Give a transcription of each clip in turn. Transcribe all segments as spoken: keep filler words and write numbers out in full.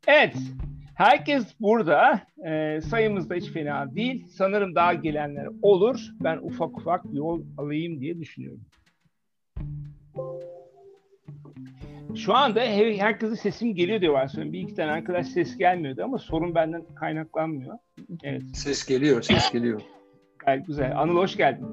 Evet, herkes burada. Ee, sayımız da hiç fena değil. Sanırım daha gelenler olur. Ben ufak ufak yol alayım diye düşünüyorum. Şu anda her, herkese sesim geliyor diye varsayıyorum. Bir iki tane arkadaş ses gelmiyordu ama sorun benden kaynaklanmıyor. Evet, Ses geliyor, ses geliyor. gayet güzel. Anıl hoş geldin.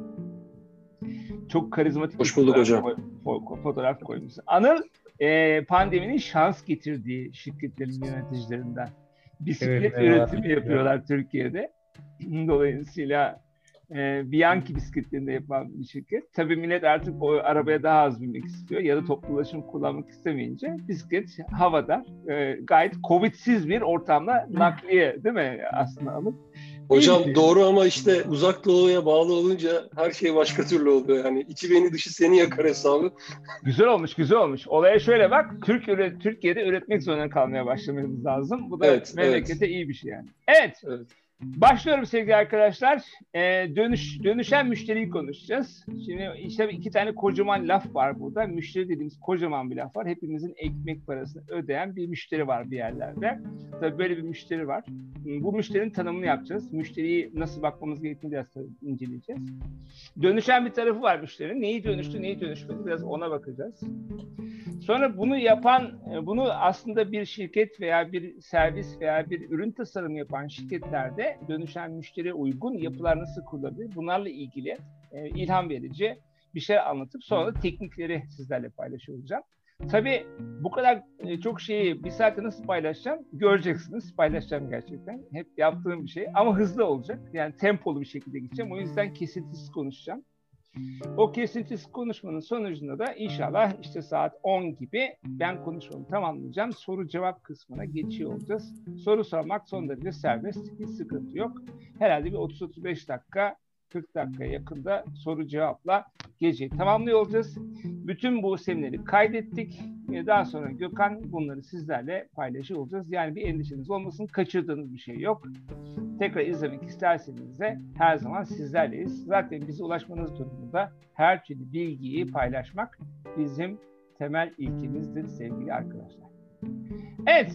Çok karizmatik bir Hoş bulduk fotoğraf, hocam. koy, fo- fotoğraf koymuşsun. Anıl, e, pandeminin şans getirdiği şirketlerin yöneticilerinden. Evet, Bisiklet merhaba. üretimi yapıyorlar Türkiye'de. Dolayısıyla e, Bianchi bisikletlerinde yapan bir şirket. Tabii millet artık o arabaya daha az binmek istiyor ya da toplu ulaşım kullanmak istemeyince bisiklet havada e, gayet Covid'siz bir ortamda nakliye, değil mi aslında Anıl? Hocam doğru ama işte uzak doğuya bağlı olunca her şey başka türlü oluyor. Yani içi beni dışı seni yakar hesabı. Güzel olmuş, güzel olmuş. Olaya şöyle bak, Türk üret, Türkiye'de üretmek zorunda kalmaya başlamamız lazım. Bu da Evet, evet, memlekete iyi bir şey yani. Evet, evet. başlıyorum sevgili arkadaşlar. Ee, dönüş, dönüşen müşteriyi konuşacağız. Şimdi işte iki tane kocaman laf var burada. Müşteri dediğimiz kocaman bir laf var. Hepimizin ekmek parasını ödeyen bir müşteri var bir yerlerde. Tabii böyle bir müşteri var. Bu müşterinin tanımını yapacağız. Müşteriyi nasıl bakmamız gerektiğini biraz inceleyeceğiz. Dönüşen bir tarafı var müşterinin. Neyi dönüştü, neyi dönüşmedi biraz ona bakacağız. Sonra bunu yapan, bunu aslında bir şirket veya bir servis veya bir ürün tasarımı yapan şirketlerde dönüşen müşteriye uygun yapılar nasıl kurulabilir? Bunlarla ilgili e, ilham verici bir şey anlatıp sonra da teknikleri sizlerle paylaşıyor olacağım. Tabii bu kadar e, çok şeyi bir saatte nasıl paylaşacağım? Göreceksiniz. Paylaşacağım gerçekten. Hep yaptığım bir şey ama hızlı olacak. Yani tempolu bir şekilde gideceğim. O yüzden kesintisiz konuşacağım. O kesintisiz konuşmanın sonucunda da inşallah işte saat on gibi ben konuşmamı tamamlayacağım. Soru cevap kısmına geçiyor olacağız. Soru sormak son derece serbest. Hiç sıkıntı yok. Herhalde bir otuz otuz beş dakika kırk dakika yakında soru cevapla geceyi tamamlıyor olacağız. Bütün bu semineri kaydettik. Daha sonra Gökhan bunları sizlerle paylaşıyor olacağız. Yani bir endişeniz olmasın. Kaçırdığınız bir şey yok. Tekrar izlemek isterseniz de her zaman sizlerleyiz. Zaten bize ulaşmanız durumunda her türlü bilgiyi paylaşmak bizim temel ilkemizdir sevgili arkadaşlar. Evet,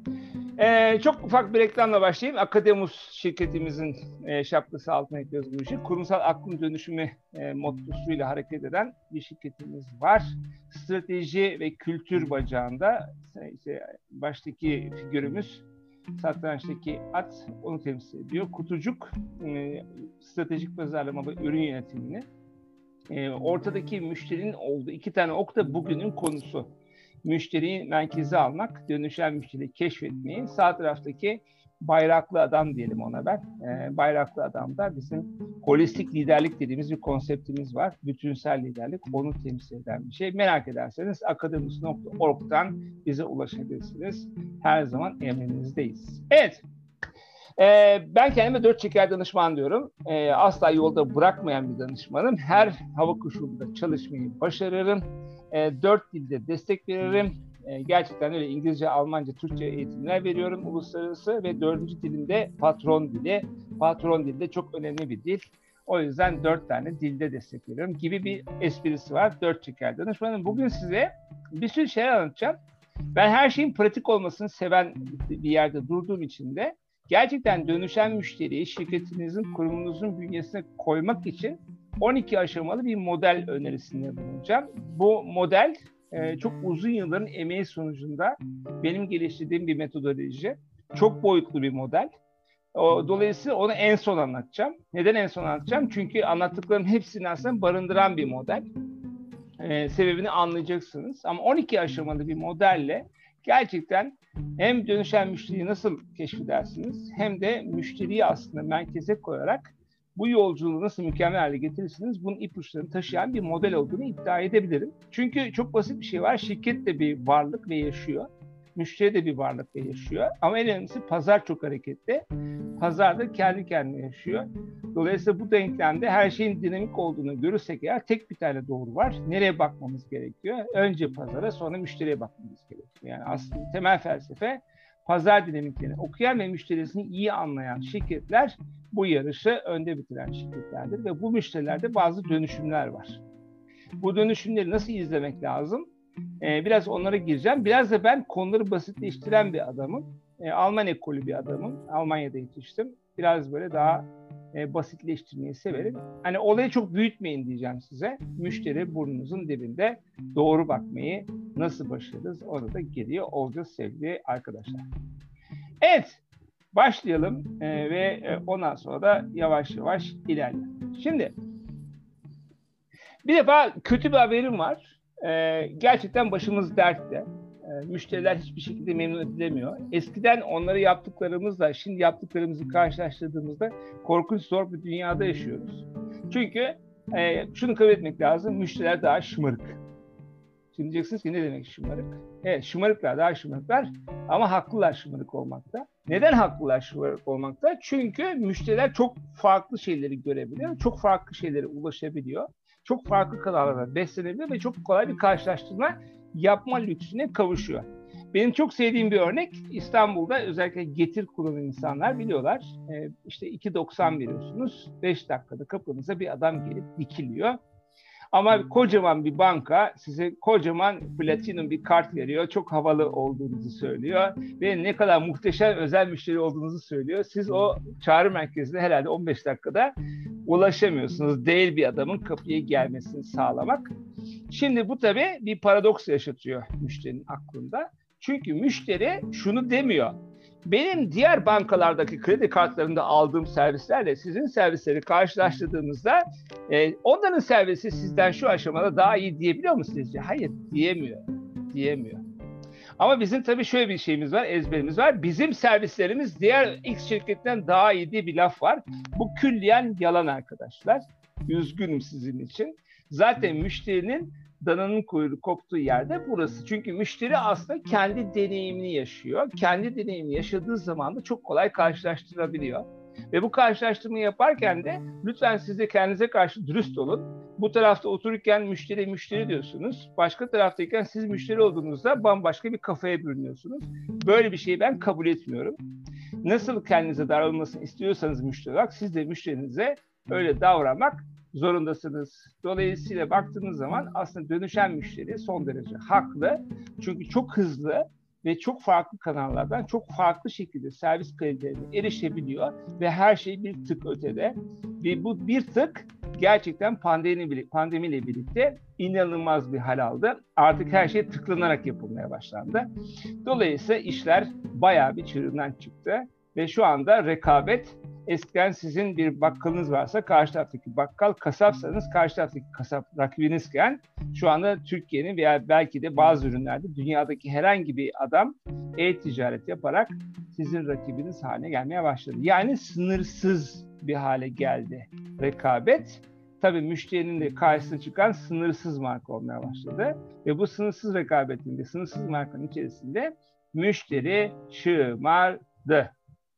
ee, çok ufak bir reklamla başlayayım. Akademus şirketimizin e, şapkası altına ekliyoruz bu işi. Kurumsal aklın dönüşümü e, mottosuyla hareket eden bir şirketimiz var. Strateji ve kültür bacağında işte baştaki figürümüz satrançtaki at onu temsil ediyor. Kutucuk e, stratejik pazarlama ve ürün yönetimini. E, ortadaki müşterinin olduğu iki tane ok da bugünün konusu. Müşteriyi merkeze almak, dönüşen müşteriyi keşfetmeyi. Sağ taraftaki bayraklı adam diyelim ona ben. E, bayraklı adamda bizim holistik liderlik dediğimiz bir konseptimiz var. Bütünsel liderlik, onu temsil eden bir şey. Merak ederseniz akademus nokta org'dan bize ulaşabilirsiniz. Her zaman emrinizdeyiz. Evet. Ee, ben kendime dört çeker danışman diyorum. Ee, asla yolda bırakmayan bir danışmanım. Her hava koşulunda çalışmayı başarırım. Ee, dört dilde destek veririm. Ee, gerçekten öyle İngilizce, Almanca, Türkçe eğitimler veriyorum uluslararası ve dördüncü dilimde patron dili. Patron dili de çok önemli bir dil. O yüzden dört tane dilde destek veriyorum gibi bir esprisi var. Dört çeker danışmanım. Bugün size bir sürü şey anlatacağım. Ben her şeyin pratik olmasını seven bir yerde durduğum için de gerçekten dönüşen müşteriyi şirketinizin, kurumunuzun bünyesine koymak için on iki aşamalı bir model önerisinde bulunacağım. Bu model e, çok uzun yılların emeği sonucunda benim geliştirdiğim bir metodoloji. Çok boyutlu bir model. O, dolayısıyla onu en son anlatacağım. Neden en son anlatacağım? Çünkü anlattıklarım hepsini aslında barındıran bir model. Ee, sebebini anlayacaksınız. Ama on iki aşamalı bir modelle gerçekten hem dönüşen müşteriyi nasıl keşfedersiniz hem de müşteriyi aslında merkeze koyarak bu yolculuğu nasıl mükemmel hale getirirsiniz bunun ipuçlarını taşıyan bir model olduğunu iddia edebilirim. Çünkü çok basit bir şey var. Şirket de bir varlık ve yaşıyor. Müşteri de bir varlık ve yaşıyor. Ama en önemlisi pazar çok hareketli. Pazar da kendi kendine yaşıyor. Dolayısıyla bu denklemde her şeyin dinamik olduğunu görürsek eğer tek bir tane doğru var. Nereye bakmamız gerekiyor? Önce pazara sonra müşteriye bakmamız gerekiyor. Yani aslında temel felsefe pazar dinamiklerini okuyan ve müşterisini iyi anlayan şirketler bu yarışı önde bitiren şirketlerdir. Ve bu müşterilerde bazı dönüşümler var. Bu dönüşümleri nasıl izlemek lazım? Ee, biraz onlara gireceğim. Biraz da ben konuları basitleştiren bir adamım. e, Alman ekolü bir adamım. Almanya'da yetiştim. Biraz böyle daha e, basitleştirmeyi severim. Hani olayı çok büyütmeyin diyeceğim size. Müşteri burnunuzun dibinde, doğru bakmayı nasıl başarırız orada da geliyor olacağız sevgili arkadaşlar. Evet, başlayalım e, ve e, ondan sonra da yavaş yavaş ilerleyelim. Şimdi bir defa kötü bir haberim var. E, gerçekten başımız dertte. E, müşteriler hiçbir şekilde memnun edilemiyor. Eskiden onları yaptıklarımızla şimdi yaptıklarımızı karşılaştırdığımızda korkunç zor bir dünyada yaşıyoruz. Çünkü e, şunu kabul etmek lazım, müşteriler daha şımarık. Şimdi diyeceksiniz ki ne demek şımarık? Evet, şımarıklar, daha şımarıklar ama haklılar şımarık olmakta. Neden haklılar şımarık olmakta? Çünkü müşteriler çok farklı şeyleri görebiliyor, çok farklı şeylere ulaşabiliyor, çok farklı kanallardan beslenebiliyor ve çok kolay bir karşılaştırma yapma lüksüne kavuşuyor. Benim çok sevdiğim bir örnek, İstanbul'da özellikle Getir kullanan insanlar biliyorlar. Ee, işte iki doksan veriyorsunuz, beş dakikada kapınıza bir adam gelip dikiliyor. Ama kocaman bir banka size kocaman platinum bir kart veriyor. Çok havalı olduğunuzu söylüyor. Ve ne kadar muhteşem özel müşteri olduğunuzu söylüyor. Siz o çağrı merkezine herhalde on beş dakikada ulaşamıyorsunuz. Değil bir adamın kapıya gelmesini sağlamak. Şimdi bu tabii bir paradoks yaşatıyor müşterinin aklında. Çünkü müşteri şunu demiyor. Benim diğer bankalardaki kredi kartlarında aldığım servislerle sizin servisleri karşılaştırdığımızda e, onların servisi sizden şu aşamada daha iyi diyebiliyor mu sizce? Hayır, diyemiyor. Diyemiyor. Ama bizim tabii şöyle bir şeyimiz var, ezberimiz var. Bizim servislerimiz diğer X şirketinden daha iyi diye bir laf var. Bu külliyen yalan arkadaşlar. Üzgünüm sizin için. Zaten müşterinin dananın kuyruğu koptuğu yerde burası. Çünkü müşteri aslında kendi deneyimini yaşıyor. Kendi deneyimini yaşadığı zaman da çok kolay karşılaştırabiliyor. Ve bu karşılaştırmayı yaparken de lütfen siz de kendinize karşı dürüst olun. Bu tarafta otururken müşteri müşteri diyorsunuz. Başka taraftayken siz müşteri olduğunuzda bambaşka bir kafaya bürünüyorsunuz. Böyle bir şeyi ben kabul etmiyorum. Nasıl kendinize davranılmasını istiyorsanız müşteri olarak siz de müşterinize öyle davranmak zorundasınız. Dolayısıyla baktığınız zaman aslında dönüşen müşteri son derece haklı. Çünkü çok hızlı ve çok farklı kanallardan çok farklı şekilde servis kalitelerine erişebiliyor ve her şey bir tık ötede. Ve bu bir tık gerçekten pandemi, pandemiyle birlikte inanılmaz bir hal aldı. Artık her şey tıklanarak yapılmaya başlandı. Dolayısıyla işler bayağı bir çığırından çıktı ve şu anda rekabet, eskiden sizin bir bakkalınız varsa karşı taraftaki bakkal, kasapsanız karşı taraftaki kasap rakibinizken şu anda Türkiye'nin veya belki de bazı ürünlerde dünyadaki herhangi bir adam e-ticaret yaparak sizin rakibiniz haline gelmeye başladı. Yani sınırsız bir hale geldi rekabet. Tabii müşterinin de karşısına çıkan sınırsız marka olmaya başladı. Ve bu sınırsız rekabetin de sınırsız markanın içerisinde müşteri şımardı.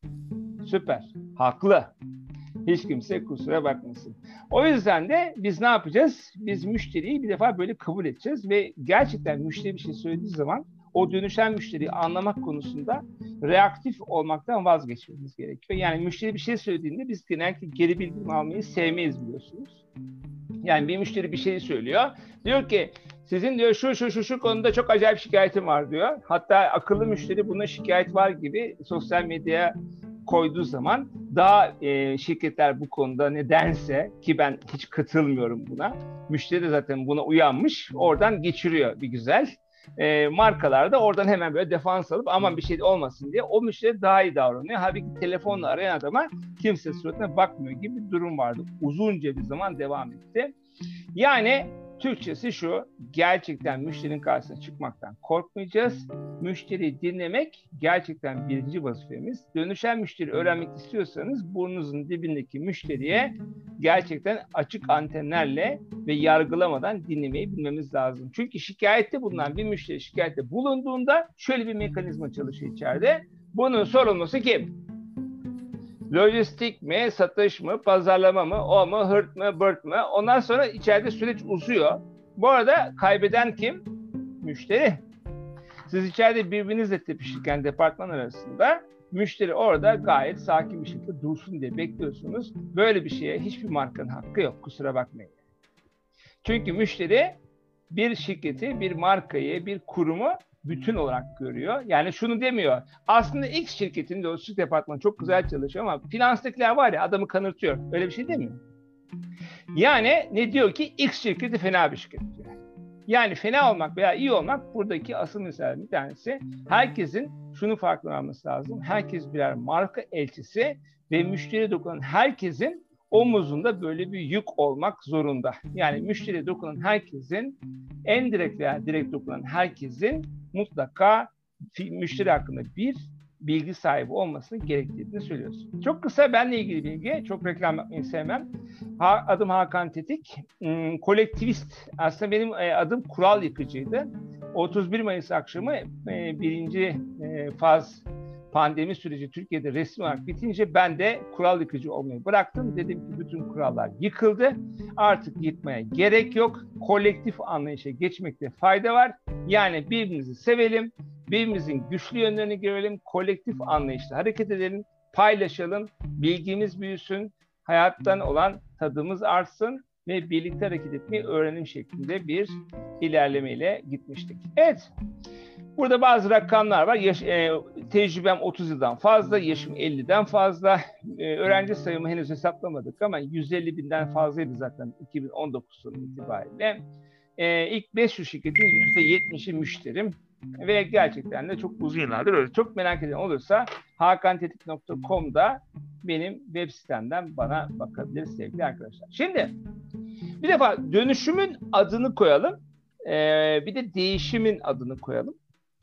Süper. Haklı. Hiç kimse kusura bakmasın. O yüzden de biz ne yapacağız? Biz müşteriyi bir defa böyle kabul edeceğiz ve gerçekten müşteri bir şey söylediği zaman o dönüşen müşteriyi anlamak konusunda reaktif olmaktan vazgeçmemiz gerekiyor. Yani müşteri bir şey söylediğinde biz genellikle geri bildirim almayı sevmeyiz biliyorsunuz. Yani bir müşteri bir şey söylüyor. Diyor ki sizin diyor şu şu şu şu konuda çok acayip şikayetim var diyor. Hatta akıllı müşteri buna şikayet var gibi sosyal medyaya koyduğu zaman daha e, şirketler bu konuda nedense, ki ben hiç katılmıyorum buna, müşteri de zaten buna uyanmış, oradan geçiriyor bir güzel. E, markalar da oradan hemen böyle defans alıp aman bir şey olmasın diye o müşteri daha iyi davranıyor. Halbuki telefonla arayan adama kimse suratına bakmıyor gibi bir durum vardı. Uzunca bir zaman devam etti. Yani Türkçesi şu, gerçekten müşterinin karşısına çıkmaktan korkmayacağız. Müşteriyi dinlemek gerçekten birinci vazifemiz. Dönüşen müşteri öğrenmek istiyorsanız burnunuzun dibindeki müşteriye gerçekten açık antenlerle ve yargılamadan dinlemeyi bilmemiz lazım. Çünkü şikayette bulunan bir müşteri şikayette bulunduğunda şöyle bir mekanizma çalışıyor içeride. Bunun sorumlusu kim? Lojistik mi, satış mı, pazarlama mı, o mu, hırt mı, bırt mı? Ondan sonra içeride süreç uzuyor. Bu arada kaybeden kim? Müşteri. Siz içeride birbirinizle tepişirken departman arasında müşteri orada gayet sakin bir şekilde dursun diye bekliyorsunuz. Böyle bir şeye hiçbir markanın hakkı yok. Kusura bakmayın. Çünkü müşteri bir şirketi, bir markayı, bir kurumu bütün olarak görüyor. Yani şunu demiyor. Aslında X şirketinin lojistik departmanı çok güzel çalışıyor ama finanstakiler var ya adamı kanırtıyor. Öyle bir şey demiyor. Yani ne diyor ki X şirketi fena bir şirket diyor. Yani fena olmak veya iyi olmak buradaki asıl mesele bir tanesi. Herkesin şunu farklanması lazım. Herkes birer marka elçisi ve müşteriye dokunan herkesin omuzunda böyle bir yük olmak zorunda. Yani müşteriye dokunan herkesin, en direkt veya direkt dokunan herkesin mutlaka müşteri hakkında bir bilgi sahibi olmasını gerektiğini söylüyorsun. Çok kısa benle ilgili bilgi, çok reklam yapmayı sevmem. Ha, adım Hakan Tetik, hmm, kolektivist. Aslında benim e, adım kural yıkıcıydı. otuz bir Mayıs akşamı e, birinci e, faz pandemi süreci Türkiye'de resmi olarak bitince ben de kural yıkıcı olmayı bıraktım. Dedim ki bütün kurallar yıkıldı. Artık yıkmaya gerek yok. Kolektif anlayışa geçmekte fayda var. Yani birbirimizi sevelim, birbirimizin güçlü yönlerini görelim, kolektif anlayışla hareket edelim, paylaşalım, bilgimiz büyüsün, hayattan olan tadımız artsın ve birlikte hareket etmeyi öğrenim şeklinde bir ilerlemeyle gitmiştik. Evet, burada bazı rakamlar var. Yaş, e, tecrübem otuz yıldan fazla, yaşım elliden fazla. E, öğrenci sayımı henüz hesaplamadık ama yüz elli binden fazlaydı zaten iki bin on dokuz sonu itibariyle. E, ilk beş yüz şirketin yüzde yetmişi müşterim. Ve gerçekten de çok uzun yıllardır öyle. Çok merak eden olursa hakantetik nokta com'da benim web sitemden bana bakabilir sevgili arkadaşlar. Şimdi bir defa dönüşümün adını koyalım. Ee, bir de değişimin adını koyalım.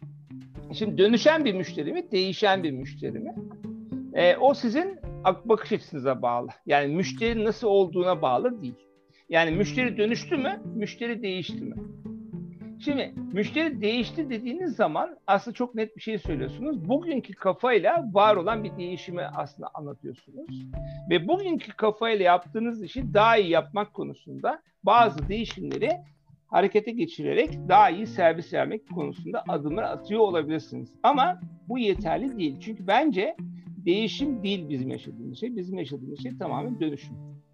Şimdi dönüşen bir müşteri mi, değişen bir müşteri mi? Ee, o sizin bakış açınıza bağlı. Yani müşterinin nasıl olduğuna bağlı değil. Yani müşteri dönüştü mü, müşteri değişti mi? Şimdi müşteri değişti dediğiniz zaman aslında çok net bir şey söylüyorsunuz. Bugünkü kafayla var olan bir değişimi aslında anlatıyorsunuz. Ve bugünkü kafayla yaptığınız işi daha iyi yapmak konusunda bazı değişimleri harekete geçirerek daha iyi servis vermek konusunda adımlar atıyor olabilirsiniz. Ama bu yeterli değil. Çünkü bence değişim değil bizim yaşadığımız şey. Bizim yaşadığımız şey tamamen dönüşüm.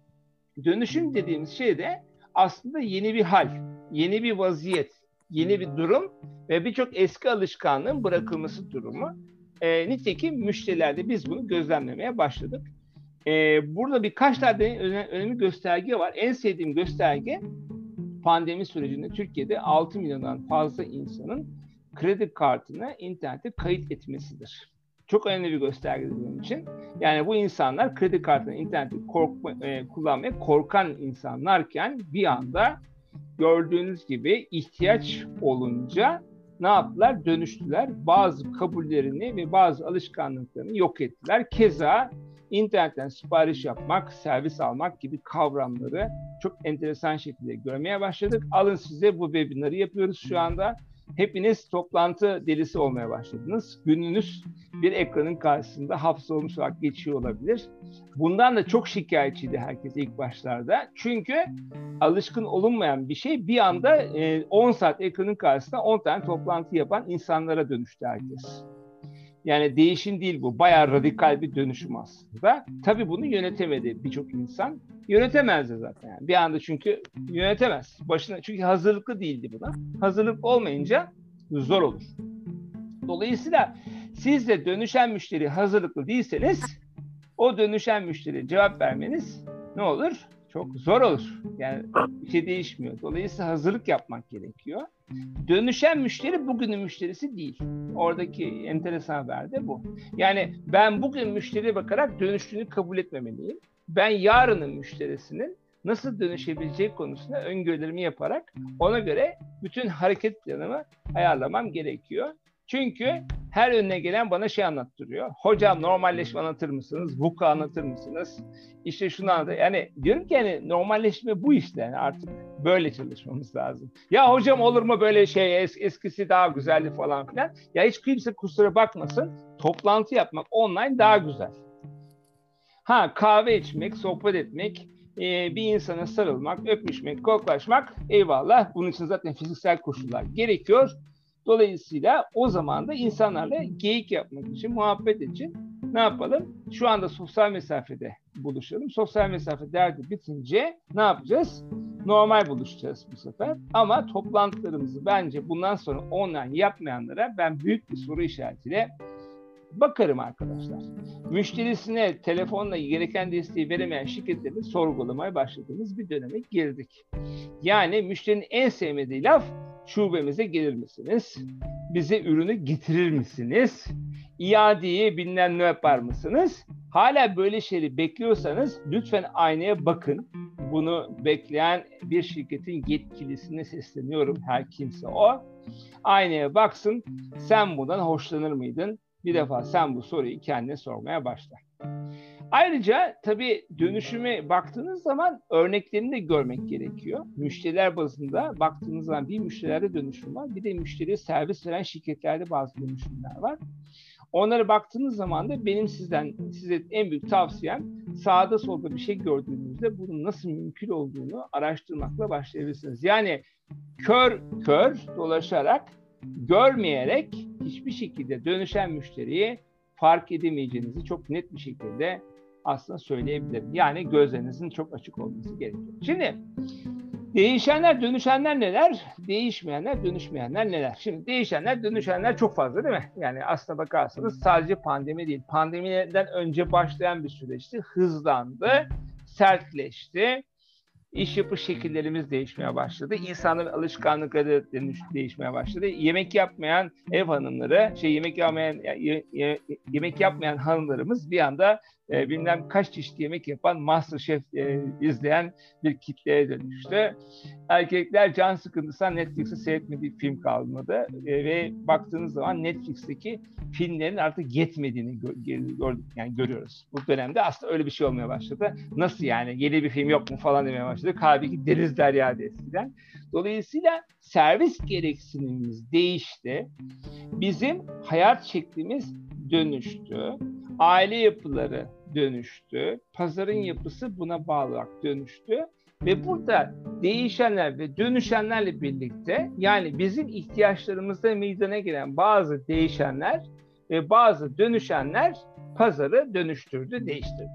Dönüşüm dediğimiz şey de aslında yeni bir hal, yeni bir vaziyet, yeni bir durum ve birçok eski alışkanlığın bırakılması durumu. E, nitekim müşterilerde biz bunu gözlemlemeye başladık. E, burada birkaç tane önemli gösterge var. En sevdiğim gösterge pandemi sürecinde Türkiye'de altı milyondan fazla insanın kredi kartını internete kayıt etmesidir. Çok önemli bir gösterge benim için. Yani bu insanlar kredi kartını internette korkma, e, kullanmaya korkan insanlarken bir anda gördüğünüz gibi ihtiyaç olunca ne yaptılar? Dönüştüler. Bazı kabullerini ve bazı alışkanlıklarını yok ettiler. Keza internetten sipariş yapmak, servis almak gibi kavramları çok enteresan şekilde görmeye başladık. Alın size bu webinarı yapıyoruz şu anda. Hepiniz toplantı delisi olmaya başladınız. Gününüz bir ekranın karşısında hapsolmuş olarak geçiyor olabilir. Bundan da çok şikayetçiydi herkes ilk başlarda. Çünkü alışkın olunmayan bir şey bir anda on saat ekranın karşısında on tane toplantı yapan insanlara dönüştü herkes. Yani değişim değil bu. Bayağı radikal bir dönüşüm aslında. Tabii bunu yönetemedi birçok insan. Yönetemez de zaten. Yani. Bir anda çünkü yönetemez. Başına, çünkü hazırlıklı değildi buna. Hazırlık olmayınca zor olur. Dolayısıyla siz de dönüşen müşteri hazırlıklı değilseniz o dönüşen müşteriye cevap vermeniz ne olur? Çok zor olur. Yani bir şey değişmiyor. Dolayısıyla hazırlık yapmak gerekiyor. Dönüşen müşteri bugünün müşterisi değil. Oradaki enteresan haber de bu. Yani ben bugün müşteriye bakarak dönüştüğünü kabul etmemeliyim. Ben yarının müşterisinin nasıl dönüşebileceği konusunda öngörülerimi yaparak ona göre bütün hareket planımı ayarlamam gerekiyor. Çünkü her önüne gelen bana şey anlattırıyor. Hocam normalleşme anlatır mısınız? V U K A anlatır mısınız? İşte şunu anlatır. Yani diyorum ki yani normalleşme bu işte. Yani artık böyle çalışmamız lazım. Ya hocam olur mu böyle şey es- eskisi daha güzeldi falan filan. Ya hiç kimse kusura bakmasın. Toplantı yapmak online daha güzel. Ha kahve içmek, sohbet etmek, e, bir insana sarılmak, öpüşmek, koklaşmak eyvallah. Bunun için zaten fiziksel koşullar gerekiyor. Dolayısıyla o zaman da insanlarla geyik yapmak için, muhabbet için ne yapalım? Şu anda sosyal mesafede buluşalım. Sosyal mesafe derdi bitince ne yapacağız? Normal buluşacağız bu sefer. Ama toplantılarımızı bence bundan sonra online yapmayanlara ben büyük bir soru işaretiyle bakarım arkadaşlar. Müşterisine telefonla gereken desteği veremeyen şirketleri sorgulamaya başladığımız bir döneme girdik. Yani müşterinin en sevmediği laf, şubemize gelir misiniz? Bize ürünü getirir misiniz? İadeyi bilmem ne yapar mısınız? Hala böyle şeyleri bekliyorsanız lütfen aynaya bakın. Bunu bekleyen bir şirketin yetkilisine sesleniyorum, her kimse o. Aynaya baksın, sen bundan hoşlanır mıydın? Bir defa sen bu soruyu kendine sormaya başla. Ayrıca tabii dönüşüme baktığınız zaman örneklerini de görmek gerekiyor. Müşteriler bazında baktığınız zaman bir müşterilerde dönüşüm var. Bir de müşteriye servis veren şirketlerde bazı dönüşümler var. Onlara baktığınız zaman da benim sizden size en büyük tavsiyem, sağda solda bir şey gördüğünüzde bunun nasıl mümkün olduğunu araştırmakla başlayabilirsiniz. Yani kör kör dolaşarak, görmeyerek hiçbir şekilde dönüşen müşteriyi fark edemeyeceğinizi çok net bir şekilde aslında söyleyebilirim. Yani gözlerinizin çok açık olması gerekiyor. Şimdi değişenler, dönüşenler neler? Değişmeyenler, dönüşmeyenler neler? Şimdi değişenler, dönüşenler çok fazla değil mi? Yani aslına bakarsanız sadece pandemi değil. Pandemiden önce başlayan bir süreçti. Hızlandı, sertleşti. İş yapış şekillerimiz değişmeye başladı. İnsanların alışkanlıkları değişmeye başladı. Yemek yapmayan ev hanımları, şey yemek yapmayan ye, ye, yemek yapmayan hanımlarımız bir anda e, bilmem kaç çeşit yemek yapan MasterChef e, izleyen bir kitleye dönüştü. Erkekler can sıkıntısından Netflix'i seyretmediği film kalmadı e, ve baktığınız zaman Netflix'teki filmlerin artık yetmediğini gördük, yani görüyoruz. Bu dönemde aslında öyle bir şey olmaya başladı. Nasıl yani? Yeni bir film yok mu falan demeye başladık. Halbuki deniz deryaydı eskiden. Dolayısıyla servis gereksinimimiz değişti. Bizim hayat şeklimiz dönüştü. Aile yapıları dönüştü. Pazarın yapısı buna bağlı olarak dönüştü. Ve burada değişenler ve dönüşenlerle birlikte, yani bizim ihtiyaçlarımızda meydana gelen bazı değişenler ve bazı dönüşenler pazarı dönüştürdü, değiştirdi.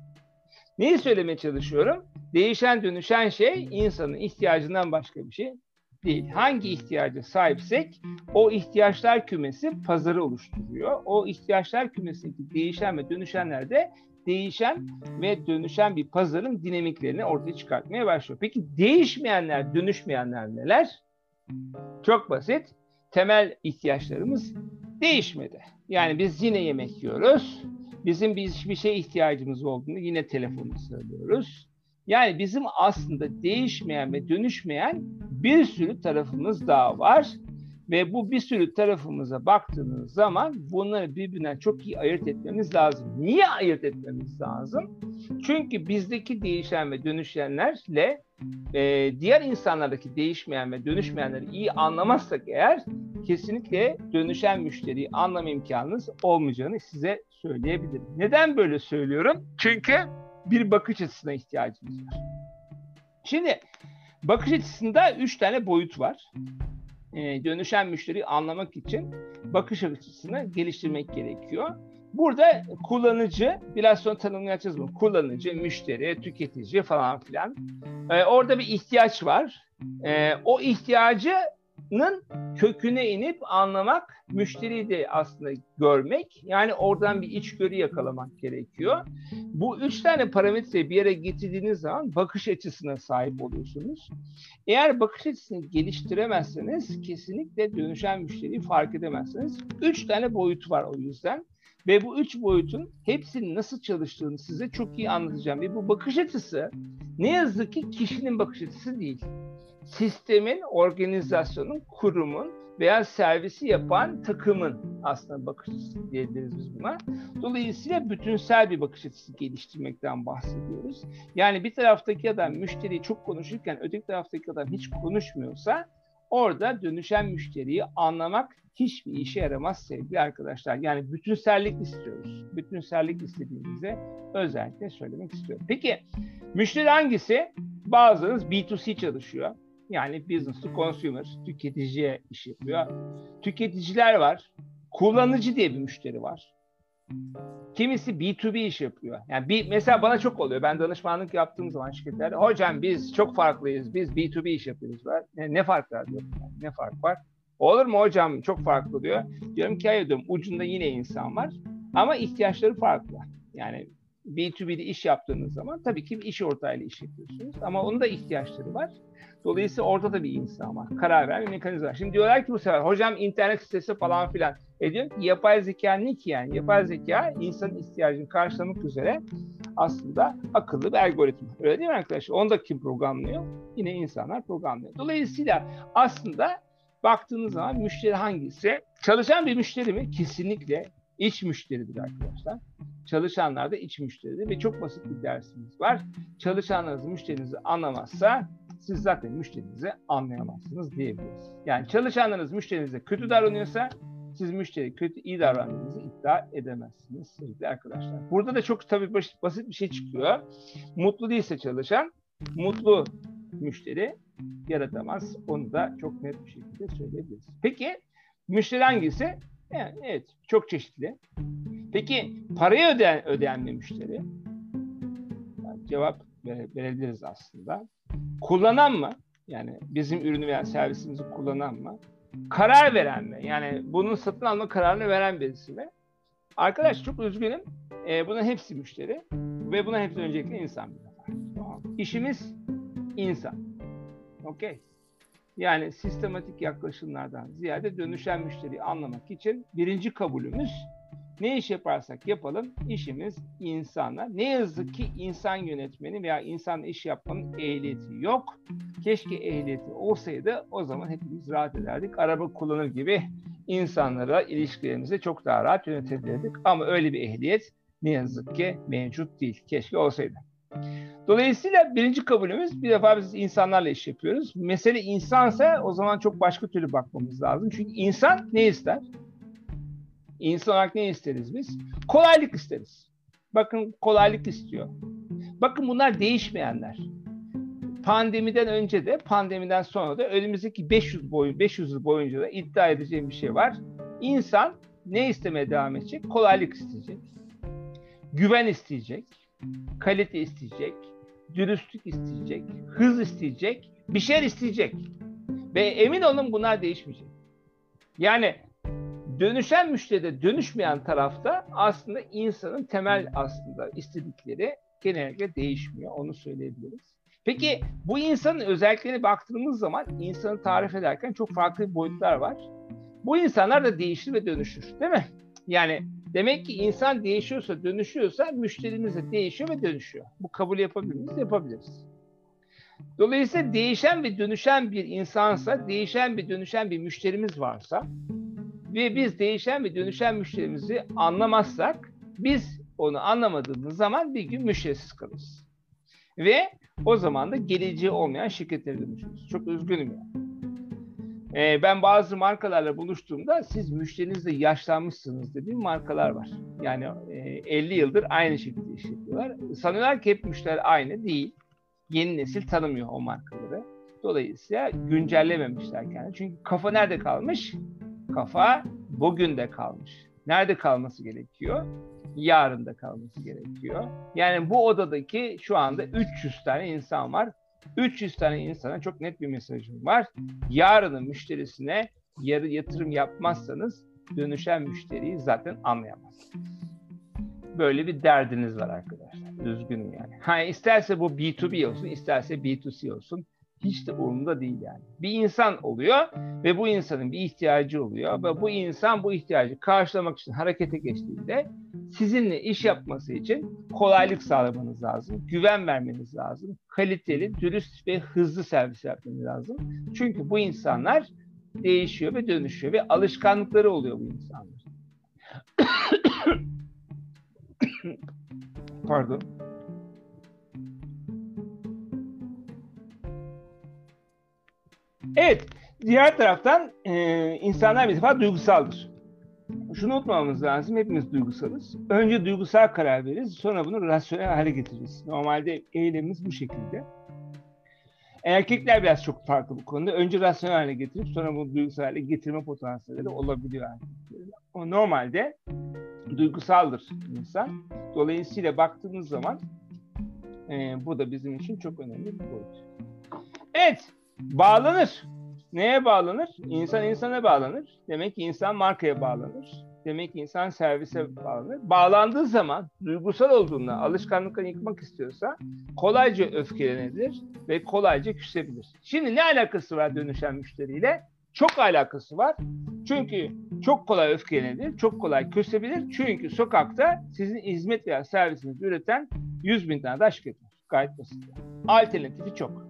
Neyi söylemeye çalışıyorum? Değişen, dönüşen şey insanın ihtiyacından başka bir şey değil. Hangi ihtiyaca sahipsek o ihtiyaçlar kümesi pazarı oluşturuyor. O ihtiyaçlar kümesindeki değişen ve dönüşenler de değişen ve dönüşen bir pazarın dinamiklerini ortaya çıkartmaya başlıyor. Peki değişmeyenler, dönüşmeyenler neler? Çok basit. Temel ihtiyaçlarımız değişmedi. Yani biz yine yemek yiyoruz. Bizim bir, bir şeye ihtiyacımız olduğunu yine telefonu söylüyoruz. Yani bizim aslında değişmeyen ve dönüşmeyen bir sürü tarafımız daha var. Ve bu bir sürü tarafımıza baktığınız zaman bunları birbirinden çok iyi ayırt etmemiz lazım. Niye ayırt etmemiz lazım? Çünkü bizdeki değişen ve dönüşenlerle e, diğer insanlardaki değişmeyen ve dönüşmeyenleri iyi anlamazsak eğer, kesinlikle dönüşen müşteriyi anlama imkanınız olmayacağını size söyleyebilirim. Neden böyle söylüyorum? Çünkü bir bakış açısına ihtiyacımız var. Şimdi bakış açısında üç tane boyut var. Ee, dönüşen müşteriyi anlamak için bakış açısını geliştirmek gerekiyor. Burada kullanıcı, biraz sonra tanımlayacağız bunu. Kullanıcı, müşteri, tüketici falan filan. Ee, orada bir ihtiyaç var. Ee, o ihtiyacının köküne inip anlamak, müşteriyi de aslında görmek. Yani oradan bir içgörü yakalamak gerekiyor. Bu üç tane parametreyi bir yere getirdiğiniz zaman bakış açısına sahip oluyorsunuz. Eğer bakış açısını geliştiremezseniz kesinlikle dönüşen müşteriyi fark edemezsiniz. Üç tane boyut var o yüzden. Ve bu üç boyutun hepsinin nasıl çalıştığını size çok iyi anlatacağım. Ve bu bakış açısı ne yazık ki kişinin bakış açısı değil. Sistemin, organizasyonun, kurumun veya servisi yapan takımın aslında bakış açısı diyebiliriz biz buna. Dolayısıyla bütünsel bir bakış açısı geliştirmekten bahsediyoruz. Yani bir taraftaki adam müşteriyi çok konuşurken öteki taraftaki adam hiç konuşmuyorsa orada dönüşen müşteriyi anlamak hiçbir işe yaramaz sevgili arkadaşlar. Yani bütünsellik istiyoruz. Bütünsellik istediğimizi özellikle söylemek istiyorum. Peki müşteri hangisi? Bazılarınız B iki C çalışıyor. Yani business to consumer, tüketiciye iş yapıyor. Tüketiciler var. Kullanıcı diye bir müşteri var. Kimisi B iki B iş yapıyor. Yani bir, mesela bana çok oluyor. Ben danışmanlık yaptığım zaman şirketlerde, hocam biz çok farklıyız. Biz B iki B iş yapıyoruz. Ne, ne fark var diyorum. Yani, ne fark var? Olur mu hocam? Çok farklı diyor. Diyorum ki hayır diyorum. Ucunda yine insan var. Ama ihtiyaçları farklı. Yani B iki B'de iş yaptığınız zaman tabii ki iş ortağıyla iş yapıyorsunuz. Ama onun da ihtiyaçları var. Dolayısıyla orada da bir insan var. Karar verme mekanizması var. Şimdi diyorlar ki bu sefer hocam internet sitesi falan filan. E diyorum ki yapay zeka ne ki yani? Yapay zeka insanın ihtiyacını karşılamak üzere aslında akıllı bir algoritma. Öyle değil mi arkadaşlar? Onu da kim programlıyor? Yine insanlar programlıyor. Dolayısıyla aslında baktığınız zaman müşteri hangisi? Çalışan bir müşteri mi? Kesinlikle iç müşteridir arkadaşlar. Çalışanlar da iç müşteridir ve çok basit bir dersimiz var. Çalışanlarınız müşterinizi anlamazsa siz zaten müşterinizi anlayamazsınız diyebiliriz. Yani çalışanlarınız müşterinize kötü davranıyorsa siz müşteri kötü iyi davrandığınızı iddia edemezsiniz sevgili arkadaşlar. Burada da çok tabii basit, basit bir şey çıkıyor. Mutlu değilse çalışan, mutlu müşteri yaratamaz. Onu da çok net bir şekilde söyleyebiliriz. Peki müşteri hangisi? Yani, evet, çok çeşitli. Peki parayı ödeyen, ödeyen bir müşteri? Yani cevap vere, verebiliriz aslında. Kullanan mı? Yani bizim ürünü veya servisimizi kullanan mı? Karar veren mi? Yani bunun satın alma kararını veren birisi mi? Arkadaş çok üzgünüm. E, bunun hepsi müşteri. Ve buna hepsi öncelikle insan. Tamam. İşimiz insan. Okey. Yani sistematik yaklaşımlardan ziyade dönüşen müşteriyi anlamak için birinci kabulümüz ne iş yaparsak yapalım işimiz insanla. Ne yazık ki insan yönetmeni veya insanla iş yapmanın ehliyeti yok. Keşke ehliyeti olsaydı o zaman hepimiz rahat ederdik. Araba kullanır gibi insanlara ilişkilerimizi çok daha rahat yönetebilirdik. Ama öyle bir ehliyet ne yazık ki mevcut değil. Keşke olsaydı. Dolayısıyla birinci kabulümüz bir defa biz insanlarla iş yapıyoruz. Mesele insansa o zaman çok başka türlü bakmamız lazım. Çünkü insan ne ister? İnsan olarak ne isteriz biz? Kolaylık isteriz. Bakın kolaylık istiyor. Bakın bunlar değişmeyenler. Pandemiden önce de pandemiden sonra da önümüzdeki beş yüz boyun beş yüz yıl boyunca da iddia edeceğim bir şey var. İnsan ne istemeye devam edecek? Kolaylık isteyecek. Güven isteyecek. Kalite isteyecek. Dürüstlük isteyecek. Hız isteyecek. Bir şeyler isteyecek. Ve emin olun bunlar değişmeyecek. Yani dönüşen müşteride dönüşmeyen tarafta aslında insanın temel aslında istedikleri genellikle değişmiyor. Onu söyleyebiliriz. Peki bu insanın özelliklerine baktığımız zaman insanı tarif ederken çok farklı boyutlar var. Bu insanlar da değişir ve dönüşür, değil mi? Yani demek ki insan değişiyorsa, dönüşüyorsa müşterimiz de değişiyor ve dönüşüyor. Bu kabul yapabilir miyiz? Yapabiliriz. Dolayısıyla değişen ve dönüşen bir insansa, değişen ve dönüşen bir müşterimiz varsa ve biz değişen ve dönüşen müşterimizi anlamazsak biz onu anlamadığımız zaman bir gün müşterisiz kalırız. Ve o zaman da geleceği olmayan şirketlere dönüşürüz. Çok üzgünüm yani. Ee, ben bazı markalarla buluştuğumda siz müşterinizle yaşlanmışsınız dediğim markalar var. Yani e, elli yıldır aynı şekilde iş yapıyorlar. Sanıyorlar ki hep müşteri aynı değil. Yeni nesil tanımıyor o markaları. Dolayısıyla güncellememişler kendini. Çünkü kafa nerede kalmış? Kafa bugün de kalmış. Nerede kalması gerekiyor? Yarın da kalması gerekiyor. Yani bu odadaki şu anda üç yüz tane insan var. üç yüz tane insana çok net bir mesajım var. Yarının müşterisine yarı yatırım yapmazsanız dönüşen müşteriyi zaten anlayamazsınız. Böyle bir derdiniz var arkadaşlar. Üzgünüm yani. Ha, isterse bu B iki B olsun, isterse B iki C olsun. Hiç de umurumda değil yani. Bir insan oluyor ve bu insanın bir ihtiyacı oluyor ve bu insan bu ihtiyacı karşılamak için harekete geçtiğinde sizinle iş yapması için kolaylık sağlamanız lazım, güven vermeniz lazım, kaliteli, dürüst ve hızlı servis yapmanız lazım. Çünkü bu insanlar değişiyor ve dönüşüyor ve alışkanlıkları oluyor bu insanlar. Pardon. Evet, diğer taraftan e, insanlar bir defa duygusaldır. Şunu unutmamamız lazım, hepimiz duygusalız. Önce duygusal karar veririz, sonra bunu rasyonel hale getiririz. Normalde eylemimiz bu şekilde. Erkekler biraz çok farklı bu konuda. Önce rasyonel hale getirip sonra bunu duygusal hale getirme potansiyelleri olabiliyor erkeklerin. Ama normalde duygusaldır insan. Dolayısıyla baktığımız zaman e, bu da bizim için çok önemli bir boyut. Evet, bağlanır. Neye bağlanır? İnsan insana bağlanır. Demek ki insan markaya bağlanır. Demek ki insan servise bağlanır. Bağlandığı zaman, duygusal olduğunda, alışkanlıklarını yıkmak istiyorsa kolayca öfkelenebilir ve kolayca küsebilir. Şimdi ne alakası var dönüşen müşteriyle? Çok alakası var. Çünkü çok kolay öfkelenebilir, çok kolay küsebilir. Çünkü sokakta sizin hizmet veya servisinizi üreten yüz bin tane de şirket var. Gayet basit. Alternatifi çok.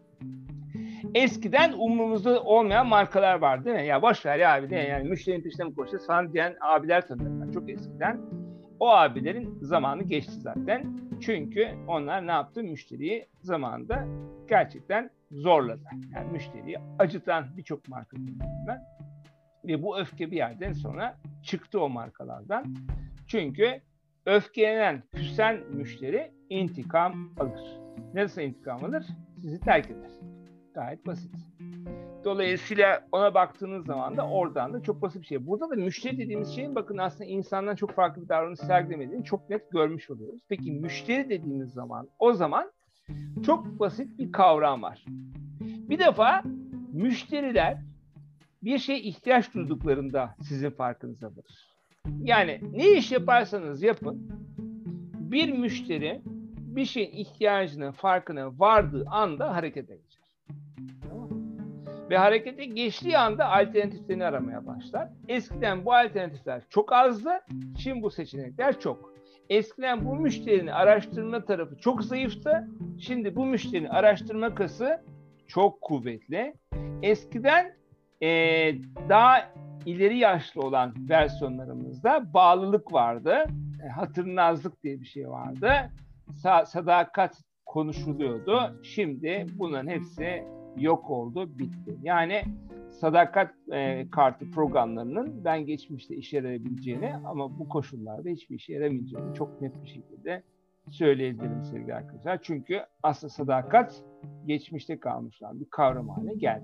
Eskiden umurumuzda olmayan markalar vardı değil mi? Ya boş ver ya abi de yani müşterinin peşine mi koşacağız falan diyen abiler tanıdım ben çok eskiden. O abilerin zamanı geçti zaten. Çünkü onlar ne yaptı? Müşteriyi zamanında gerçekten zorladı. Yani müşteriyi acıtan birçok marka kullandılar. Ve bu öfke bir yerden sonra çıktı o markalardan. Çünkü öfkelenen, küsen müşteri intikam alır. Nasıl intikam alır? Sizi terk eder. Gayet basit. Dolayısıyla ona baktığınız zaman da oradan da çok basit bir şey. Burada da müşteri dediğimiz şeyin bakın aslında insandan çok farklı bir davranış sergilemediğini çok net görmüş oluyoruz. Peki müşteri dediğimiz zaman o zaman çok basit bir kavram var. Bir defa müşteriler bir şeye ihtiyaç duyduklarında sizin farkınıza varır. Yani ne iş yaparsanız yapın bir müşteri bir şeyin ihtiyacının farkına vardığı anda harekete geçer. Tamam mı? Ve harekete geçtiği anda alternatiflerini aramaya başlar. Eskiden bu alternatifler çok azdı, şimdi bu seçenekler çok. Eskiden bu müşterinin araştırma tarafı çok zayıftı, şimdi bu müşterinin araştırma kası çok kuvvetli. Eskiden ee, daha ileri yaşlı olan versiyonlarımızda bağlılık vardı, e, hatırnazlık diye bir şey vardı. Sadakat konuşuluyordu. Şimdi bunların hepsi yok oldu, bitti. Yani sadakat e, kartı programlarının ben geçmişte işe yarayabileceğini ama bu koşullarda hiçbir işe yaramayacağını çok net bir şekilde söyleyebilirim sevgili arkadaşlar. Çünkü aslında sadakat geçmişte kalmış olan bir kavram haline geldi.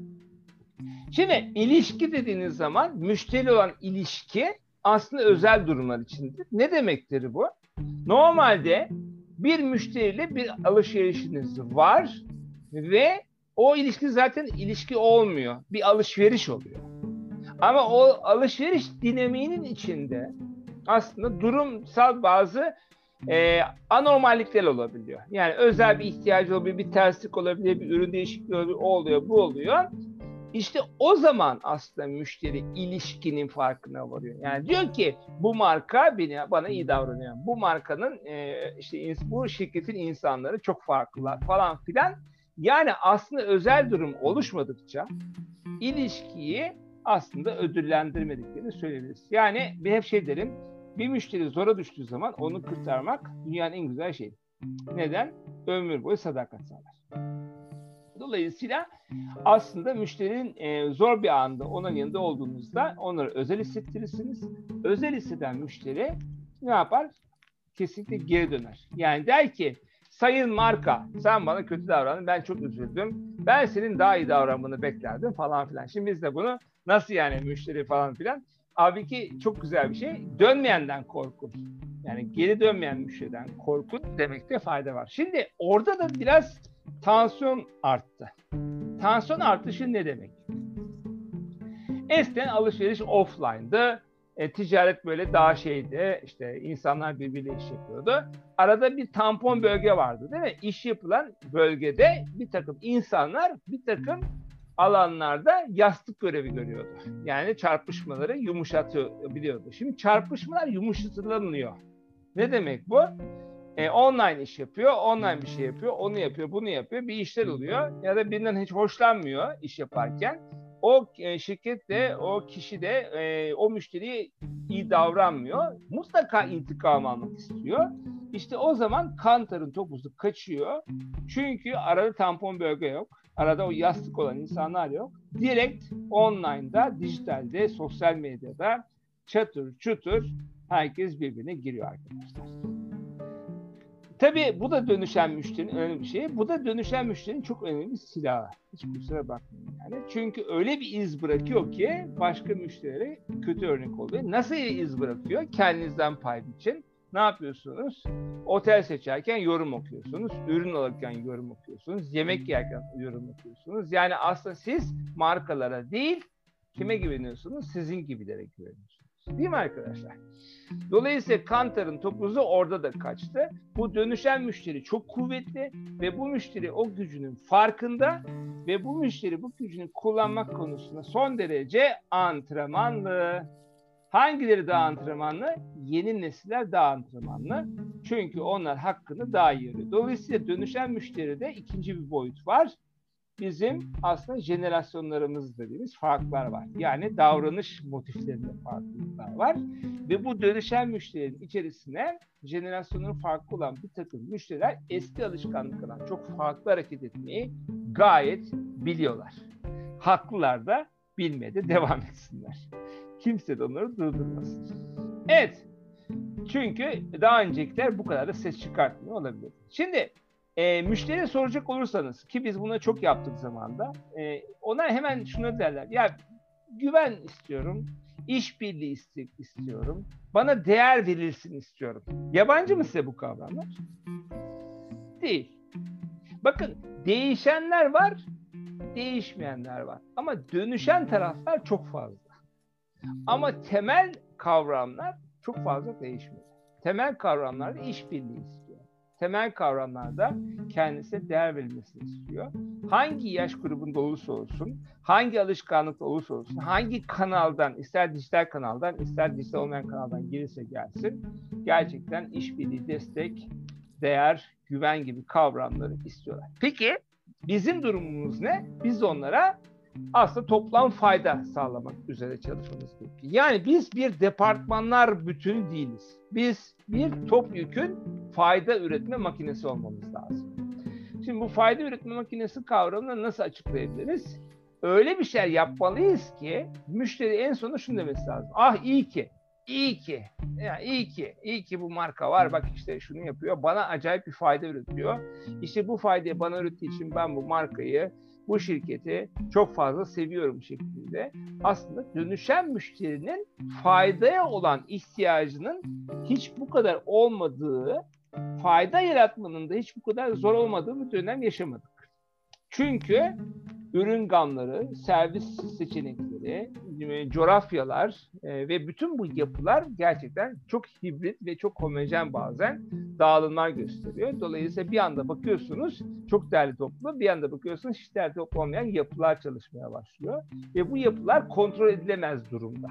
Şimdi ilişki dediğiniz zaman müşteri olan ilişki aslında özel durumlar içindir. Ne demektir bu? Normalde bir müşteriyle bir alışverişiniz var ve o ilişki zaten ilişki olmuyor. Bir alışveriş oluyor. Ama o alışveriş dinamiğinin içinde aslında durumsal bazı e, anormallikler olabiliyor. Yani özel bir ihtiyacı olabilir, bir terslik olabilir, bir ürün değişikliği olabilir, o oluyor, bu oluyor. İşte o zaman aslında müşteri ilişkinin farkına varıyor. Yani diyor ki bu marka beni, bana iyi davranıyor. Bu markanın e, işte bu şirketin insanları çok farklılar falan filan. Yani aslında özel durum oluşmadıkça ilişkiyi aslında ödüllendirmediklerini söyleyebiliriz. Yani bir hep şey derim, bir müşteri zora düştüğü zaman onu kurtarmak dünyanın en güzel şeyi. Neden? Ömür boyu sadakat sağlar. Dolayısıyla aslında müşterinin e, zor bir anda onun yanında olduğunuzda onları özel hissettirirsiniz. Özel hisseden müşteri ne yapar? Kesinlikle geri döner. Yani der ki sayın marka sen bana kötü davrandın, ben çok üzüldüm. Ben senin daha iyi davranmanı beklerdim falan filan. Şimdi biz de bunu nasıl yani müşteri falan filan. Abi ki çok güzel bir şey. Dönmeyenden korkun. Yani geri dönmeyen müşteriden korkun demekte fayda var. Şimdi orada da biraz tansiyon arttı. Tansiyon artışı ne demek? Eskiden alışveriş offline'dı. E, ticaret böyle daha şeydi. İşte insanlar birbiriyle iş yapıyordu. Arada bir tampon bölge vardı değil mi? İş yapılan bölgede bir takım insanlar bir takım alanlarda yastık görevi görüyordu. Yani çarpışmaları yumuşatabiliyordu. Şimdi çarpışmalar yumuşatılamıyor. Ne demek bu? E, online iş yapıyor, online bir şey yapıyor, onu yapıyor, bunu yapıyor, bir işler oluyor ya da birinden hiç hoşlanmıyor iş yaparken. O e, şirket de, o kişi de e, o müşteriye iyi davranmıyor. Mutlaka intikam almak istiyor. İşte o zaman kantarın topuzu kaçıyor. Çünkü arada tampon bölge yok. Arada o yastık olan insanlar yok. Direkt online'da, dijitalde, sosyal medyada çatır çutur herkes birbirine giriyor arkadaşlar. Tabii bu da dönüşen müşterinin önemli bir şeyi. Bu da dönüşen müşterinin çok önemli bir silahı. Hiç kusura bakmayın yani. Çünkü öyle bir iz bırakıyor ki başka müşterilere kötü örnek oluyor. Nasıl iz bırakıyor? Kendinizden pay biçin. Ne yapıyorsunuz? Otel seçerken yorum okuyorsunuz. Ürün alırken yorum okuyorsunuz. Yemek yerken yorum okuyorsunuz. Yani aslında siz markalara değil, kime güveniyorsunuz? Sizin gibilere güveniyorsunuz. Değil mi arkadaşlar? Dolayısıyla Kantar'ın topuzu orada da kaçtı. Bu dönüşen müşteri çok kuvvetli ve bu müşteri o gücünün farkında ve bu müşteri bu gücünü kullanmak konusunda son derece antrenmanlı. Hangileri daha antrenmanlı? Yeni nesiller daha antrenmanlı. Çünkü onlar hakkını daha iyi arıyor. Dolayısıyla dönüşen müşteride ikinci bir boyut var. Bizim aslında jenerasyonlarımız dediğimiz farklar var. Yani davranış motiflerinde farklılıklar var. Ve bu dönüşen müşterinin içerisine jenerasyonların farklı olan bir takım müşteriler eski alışkanlıklardan çok farklı hareket etmeyi gayet biliyorlar. Haklılar da bilmeye de devam etsinler. Kimse de onları durdurmasın. Evet. Çünkü daha öncekiler bu kadar da ses çıkartmıyor olabilir. Şimdi e, müşteriye soracak olursanız ki biz bunu çok yaptık zamanda. E, ona hemen şunu derler. Ya güven istiyorum. İşbirliği istiyorum. Bana değer verilsin istiyorum. Yabancı mı size bu kavramlar? Değil. Bakın değişenler var, değişmeyenler var. Ama dönüşen taraflar çok fazla. Ama temel kavramlar çok fazla değişmiyor. Temel kavramlarda işbirliği istiyor. Temel kavramlarda kendisine değer verilmesini istiyor. Hangi yaş grubunda olursa olsun, hangi alışkanlıkta olursa olsun, hangi kanaldan, ister dijital kanaldan, ister dijital olmayan kanaldan gelirse gelsin, gerçekten işbirliği, destek, değer, güven gibi kavramları istiyorlar. Peki bizim durumumuz ne? Biz onlara aslında toplam fayda sağlamak üzere çalışmamız gerekiyor. Yani biz bir departmanlar bütünü değiliz. Biz bir topyekün fayda üretme makinesi olmamız lazım. Şimdi bu fayda üretme makinesi kavramını nasıl açıklayabiliriz? Öyle bir şey yapmalıyız ki müşteri en sonunda şunu demesi lazım. Ah iyi ki, iyi ki, yani iyi ki, iyi ki bu marka var. Bak işte şunu yapıyor. Bana acayip bir fayda üretiyor. İşte bu faydayı bana ürettiği için ben bu markayı, bu şirketi çok fazla seviyorum şeklinde. Aslında dönüşen müşterinin faydaya olan ihtiyacının hiç bu kadar olmadığı, fayda yaratmanın da hiç bu kadar zor olmadığı bir dönem yaşamadık. Çünkü ürün gamları, servis seçenekleri, coğrafyalar e, ve bütün bu yapılar gerçekten çok hibrit ve çok homojen bazen dağılımlar gösteriyor. Dolayısıyla bir anda bakıyorsunuz çok değerli toplu, bir anda bakıyorsunuz hiç değerli toplu olmayan yapılar çalışmaya başlıyor. Ve bu yapılar kontrol edilemez durumda.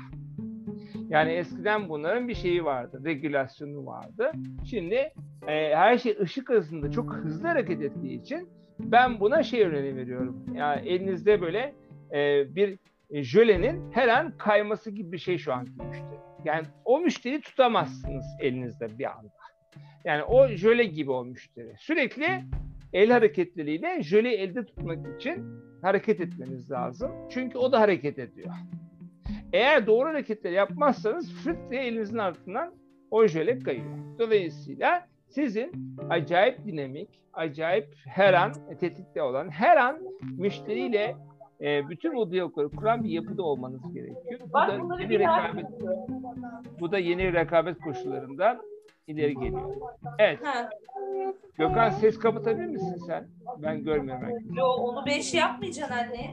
Yani eskiden bunların bir şeyi vardı, regülasyonu vardı. Şimdi e, her şey ışık hızında çok hızlı hareket ettiği için ben buna şey örneği veriyorum. Yani elinizde böyle e, bir jölenin her an kayması gibi bir şey şu anki müşteri. Yani o müşteriyi tutamazsınız elinizde bir anda. Yani o jöle gibi o müşteri. Sürekli el hareketleriyle jöleyi elde tutmak için hareket etmeniz lazım. Çünkü o da hareket ediyor. Eğer doğru hareketleri yapmazsanız fırt diye elinizin altından o jöle kayıyor. Dolayısıyla sizin acayip dinamik, acayip her an tetikte olan, her an müşteriyle e, bütün o diyalogları kuran bir yapıda olmanız gerekiyor. Bu da yeni rekabet, bu da yeni rekabet koşullarından ileri geliyor. Evet. Gökhan ses kapatabilir misin sen? Ben görmüyorum herkesi. Yo, onu beş yapmayacaksın anne.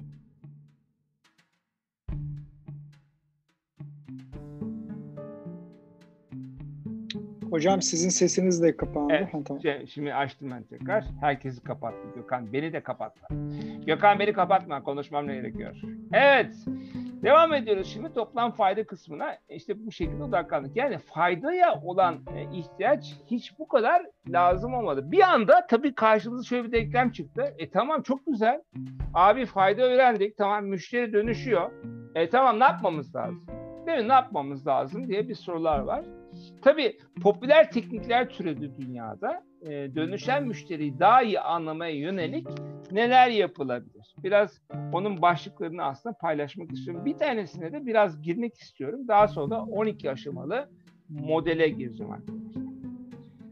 Hocam sizin sesiniz de kapandı. Evet, ha, tamam. Şimdi açtım ben tekrar. Herkesi kapattı Gökhan. Beni de kapatma. Gökhan beni kapatma. Konuşmam ne gerekiyor? Evet. Devam ediyoruz şimdi toplam fayda kısmına. İşte bu şekilde odaklandık. Yani faydaya olan e, ihtiyaç hiç bu kadar lazım olmadı. Bir anda tabii karşımıza şöyle bir denklem çıktı. E tamam çok güzel. Abi fayda öğrendik. Tamam müşteri dönüşüyor. E tamam ne yapmamız lazım? Değil mi? Ne yapmamız lazım diye bir sorular var. Tabii popüler teknikler türedi dünyada. E, dönüşen müşteriyi daha iyi anlamaya yönelik neler yapılabilir? Biraz onun başlıklarını aslında paylaşmak istiyorum. Bir tanesine de biraz girmek istiyorum. Daha sonra da on iki aşamalı modele gireceğim arkadaşlar.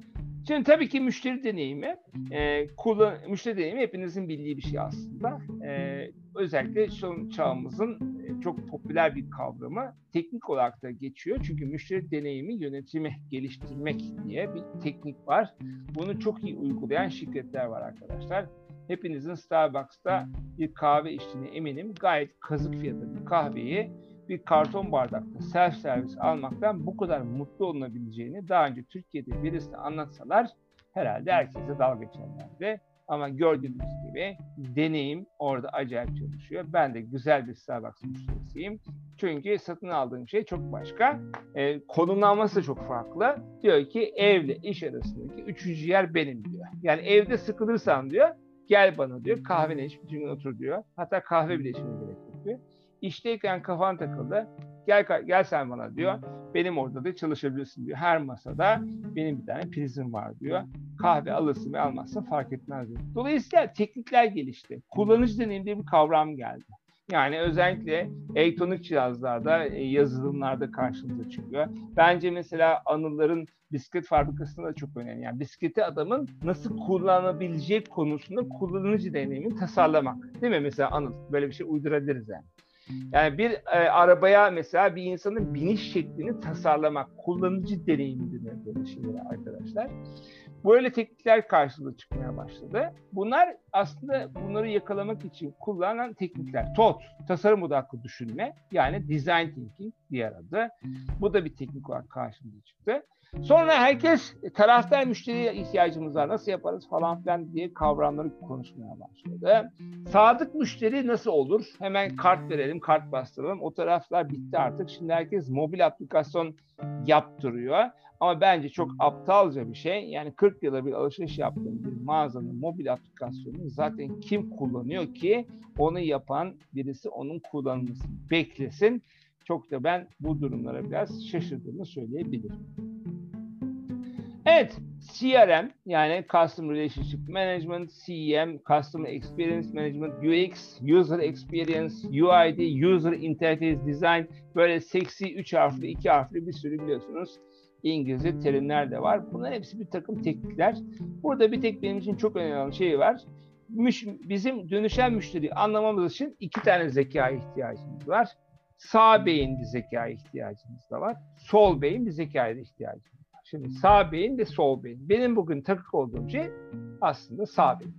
Şimdi tabii ki müşteri deneyimi, e, kullan, müşteri deneyimi hepinizin bildiği bir şey aslında. E, özellikle şu çağımızın e, çok popüler bir kavramı, teknik olarak da geçiyor. Çünkü müşteri deneyimi yönetimi geliştirmek diye bir teknik var. Bunu çok iyi uygulayan şirketler var arkadaşlar. Hepinizin Starbucks'ta bir kahve içtiğine eminim. Gayet kazık fiyatı bir kahveyi bir karton bardakta self servis almaktan bu kadar mutlu olunabileceğini daha önce Türkiye'de birisine anlatsalar herhalde herkese dalga geçerlerdi. Ama gördüğünüz gibi deneyim orada acayip çalışıyor. Ben de güzel bir Starbucks müşterisiyim. Çünkü satın aldığım şey çok başka. E, konumlanması da çok farklı. Diyor ki evle iş arasındaki üçüncü yer benim diyor. Yani evde sıkılırsan diyor gel bana diyor kahvene iç bütün gün otur diyor. Hatta kahve bile içmeye gerek yok diyor. İşteyken kafan takıldı. Gel gel sen bana diyor. Benim orada da çalışabilirsin diyor. Her masada benim bir tane prizim var diyor. Kahve alırsın ve almazsın fark etmez diyor. Dolayısıyla teknikler gelişti. Kullanıcı deneyim diye bir kavram geldi. Yani özellikle elektronik cihazlarda, yazılımlarda karşımıza çıkıyor. Bence mesela Anıl'ların bisiklet fabrikasında da çok önemli. Yani bisikleti adamın nasıl kullanabilecek konusunda kullanıcı deneyimini tasarlamak. Değil mi mesela Anıl? Böyle bir şey uydurabiliriz yani. Yani bir e, arabaya mesela bir insanın biniş şeklini tasarlamak, kullanıcı deneyimidir böyle şeyler arkadaşlar. Böyle teknikler karşımıza çıkmaya başladı. Bunlar aslında bunları yakalamak için kullanılan teknikler. T O D, tasarım odaklı düşünme, yani design thinking diğer adı. Bu da bir teknik olarak karşımıza çıktı. Sonra herkes taraftar müşteriye ihtiyacımız var, nasıl yaparız falan filan diye kavramları konuşmaya başladı. Sadık müşteri nasıl olur? Hemen kart verelim, kart bastıralım. O taraflar bitti artık. Şimdi herkes mobil aplikasyon yaptırıyor. Ama bence çok aptalca bir şey. Yani kırk yılda bir alışveriş yaptığım bir mağazanın mobil aplikasyonunu zaten kim kullanıyor ki onu yapan birisi onun kullanılmasını beklesin. Çok da ben bu durumlara biraz şaşırdığımı söyleyebilirim. Evet, C R M yani Customer Relationship Management, C E M, Customer Experience Management, U X, User Experience, U I D, User Interface Design, böyle seksi üç harfli, iki harfli bir sürü biliyorsunuz İngilizce terimler de var. Bunların hepsi bir takım teknikler. Burada bir tek benim için çok önemli olan şey var. Bizim dönüşen müşteriyi anlamamız için iki tane zeka ihtiyacımız var. Sağ beyinli zeka ihtiyacımız da var. Sol beyin bir zekaya ihtiyacımız var. Şimdi sağ beyin ve sol beyin. Benim bugün takık olduğum şey aslında sağ beyin.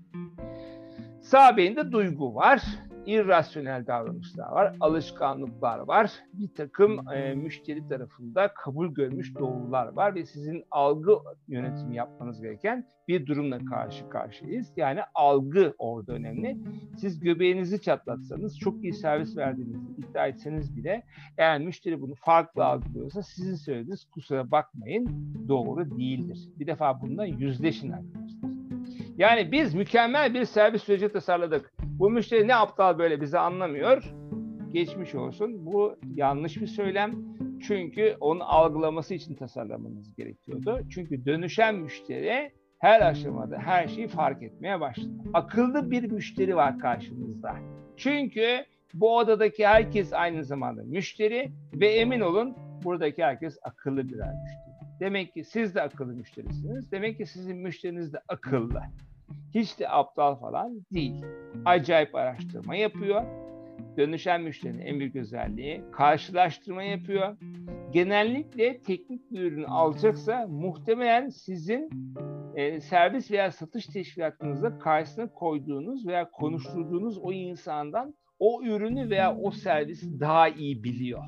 Sağ beyinde duygu var, irrasyonel davranışlar var, alışkanlıklar var, bir takım e, müşteri tarafında kabul görmüş doğrular var ve sizin algı yönetimi yapmanız gereken bir durumla karşı karşıyayız. Yani algı orada önemli. Siz göbeğinizi çatlatsanız, çok iyi servis verdiğinizi iddia etseniz bile eğer müşteri bunu farklı algılıyorsa sizin söylediğiniz kusura bakmayın doğru değildir. Bir defa bununla yüzleşin arkadaşlar. Yani biz mükemmel bir servis süreci tasarladık. Bu müşteri ne aptal böyle bizi anlamıyor. Geçmiş olsun. Bu yanlış bir söylem. Çünkü onu algılaması için tasarlamanız gerekiyordu. Çünkü dönüşen müşteri her aşamada her şeyi fark etmeye başladı. Akıllı bir müşteri var karşınızda. Çünkü bu odadaki herkes aynı zamanda müşteri ve emin olun buradaki herkes akıllı birer müşteri. Demek ki siz de akıllı müşterisiniz. Demek ki sizin müşteriniz de akıllı. Hiç de aptal falan değil. Acayip araştırma yapıyor. Dönüşen müşterinin en büyük özelliği karşılaştırma yapıyor. Genellikle teknik bir ürünü alacaksa muhtemelen sizin e, servis veya satış teşkilatınızda karşısına koyduğunuz veya konuşturduğunuz o insandan o ürünü veya o servisi daha iyi biliyor.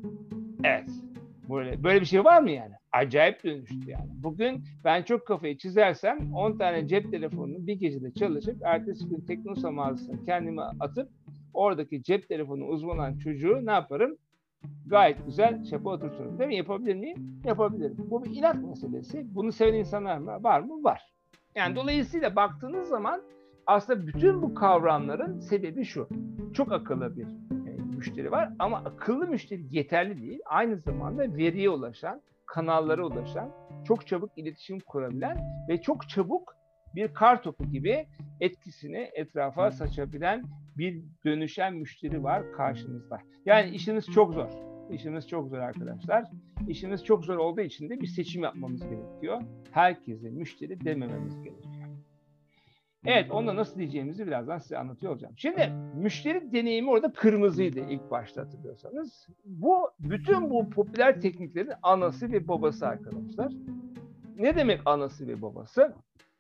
Evet. Böyle, böyle bir şey var mı yani? Acayip dönüştü yani. Bugün ben çok kafayı çizersem on tane cep telefonunu bir gecede çalışıp ertesi gün Teknosa mağazasına kendimi atıp oradaki cep telefonu uzman olan çocuğu ne yaparım? Gayet güzel şapa oturturum. Değil mi? Yapabilir miyim? Yapabilirim. Bu bir inat meselesi. Bunu seven insanlar mı? Var mı? Var. Yani dolayısıyla baktığınız zaman aslında bütün bu kavramların sebebi şu. Çok akıllı bir müşteri var ama akıllı müşteri yeterli değil. Aynı zamanda veriye ulaşan, kanallara ulaşan, çok çabuk iletişim kurabilen ve çok çabuk bir kar topu gibi etkisini etrafa saçabilen bir dönüşen müşteri var karşınızda. Yani işiniz çok zor. İşimiz çok zor arkadaşlar. İşimiz çok zor olduğu için de bir seçim yapmamız gerekiyor. Herkese müşteri demememiz gerekiyor. Evet, onu nasıl diyeceğimizi birazdan size anlatıyor olacağım. Şimdi müşteri deneyimi orada kırmızıydı ilk başta hatırlıyorsanız. Bu bütün bu popüler tekniklerin anası ve babası arkadaşlar. Ne demek anası ve babası?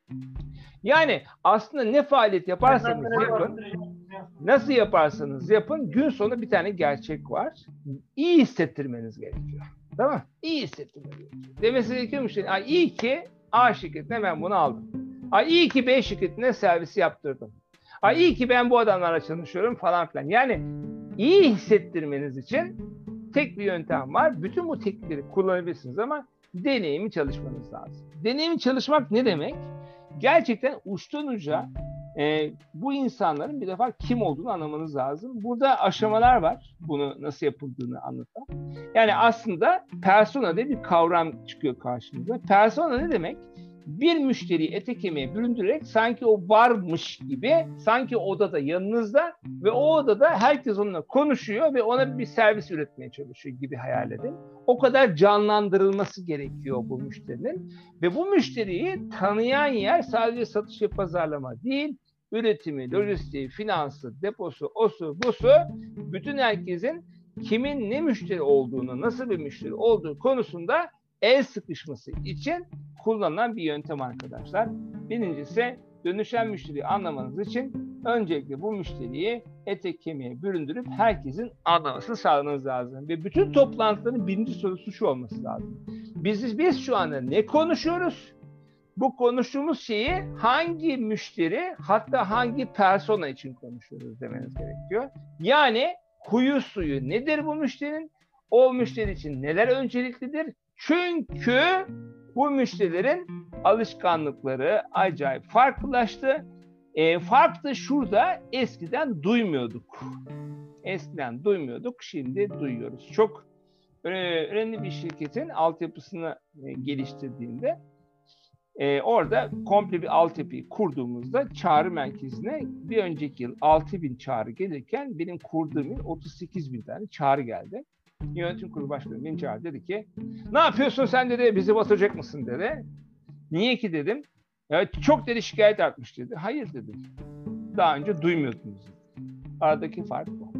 Yani aslında ne faaliyet yaparsanız yapın, nasıl yaparsanız yapın, gün sonu bir tane gerçek var. İyi hissettirmeniz gerekiyor. Tamam mı? İyi hissettirmeniz gerekiyor. Demesi gerekiyor müşteri. Ay iyi ki A şirketine ben bunu aldım. Ay iyi ki B şirketine servisi yaptırdım. Ay iyi ki ben bu adamlarla çalışıyorum falan filan. Yani iyi hissettirmeniz için tek bir yöntem var. Bütün bu teknikleri kullanabilirsiniz ama deneyimi çalışmanız lazım. Deneyimi çalışmak ne demek? Gerçekten uçtan uca e, bu insanların bir defa kim olduğunu anlamanız lazım. Burada aşamalar var. Bunu nasıl yapıldığını anlatan. Yani aslında persona diye bir kavram çıkıyor karşımıza. Persona ne demek? Bir müşteriyi ete kemiğe büründürerek sanki o varmış gibi, sanki odada yanınızda ve o odada herkes onunla konuşuyor ve ona bir servis üretmeye çalışıyor gibi hayal edin. O kadar canlandırılması gerekiyor bu müşterinin ve bu müşteriyi tanıyan yer sadece satış ve pazarlama değil, üretimi, lojistiği, finansı, deposu, osu, busu, bütün herkesin kimin ne müşteri olduğunu, nasıl bir müşteri olduğu konusunda el sıkışması için kullanılan bir yöntem arkadaşlar. Birincisi, dönüşen müşteriyi anlamanız için öncelikle bu müşteriyi ete kemiğe büründürüp herkesin anlamasını sağlamanız lazım. Ve bütün toplantıların birinci sorusu şu olması lazım. Biz, biz şu anda ne konuşuyoruz? Bu konuştuğumuz şeyi hangi müşteri, hatta hangi persona için konuşuyoruz demeniz gerekiyor. Yani huyu suyu nedir bu müşterinin? O müşteri için neler önceliklidir? Çünkü bu müşterilerin alışkanlıkları acayip farklılaştı. E, fark da şurada, eskiden duymuyorduk. Eskiden duymuyorduk, şimdi duyuyoruz. Çok e, önemli bir şirketin altyapısını e, geliştirdiğinde e, orada komple bir altyapıyı kurduğumuzda çağrı merkezine bir önceki yıl altı bin çağrı gelirken benim kurduğum yıl otuz sekiz bin tane çağrı geldi. Yönetim kurulu başkanı beni çağırdı, dedi ki ne yapıyorsun sen dedi, bizi batacak mısın dedi. Niye ki dedim. Ya çok dedi şikayet artmış dedi. Hayır dedim. Daha önce duymuyordunuz. Aradaki fark bu.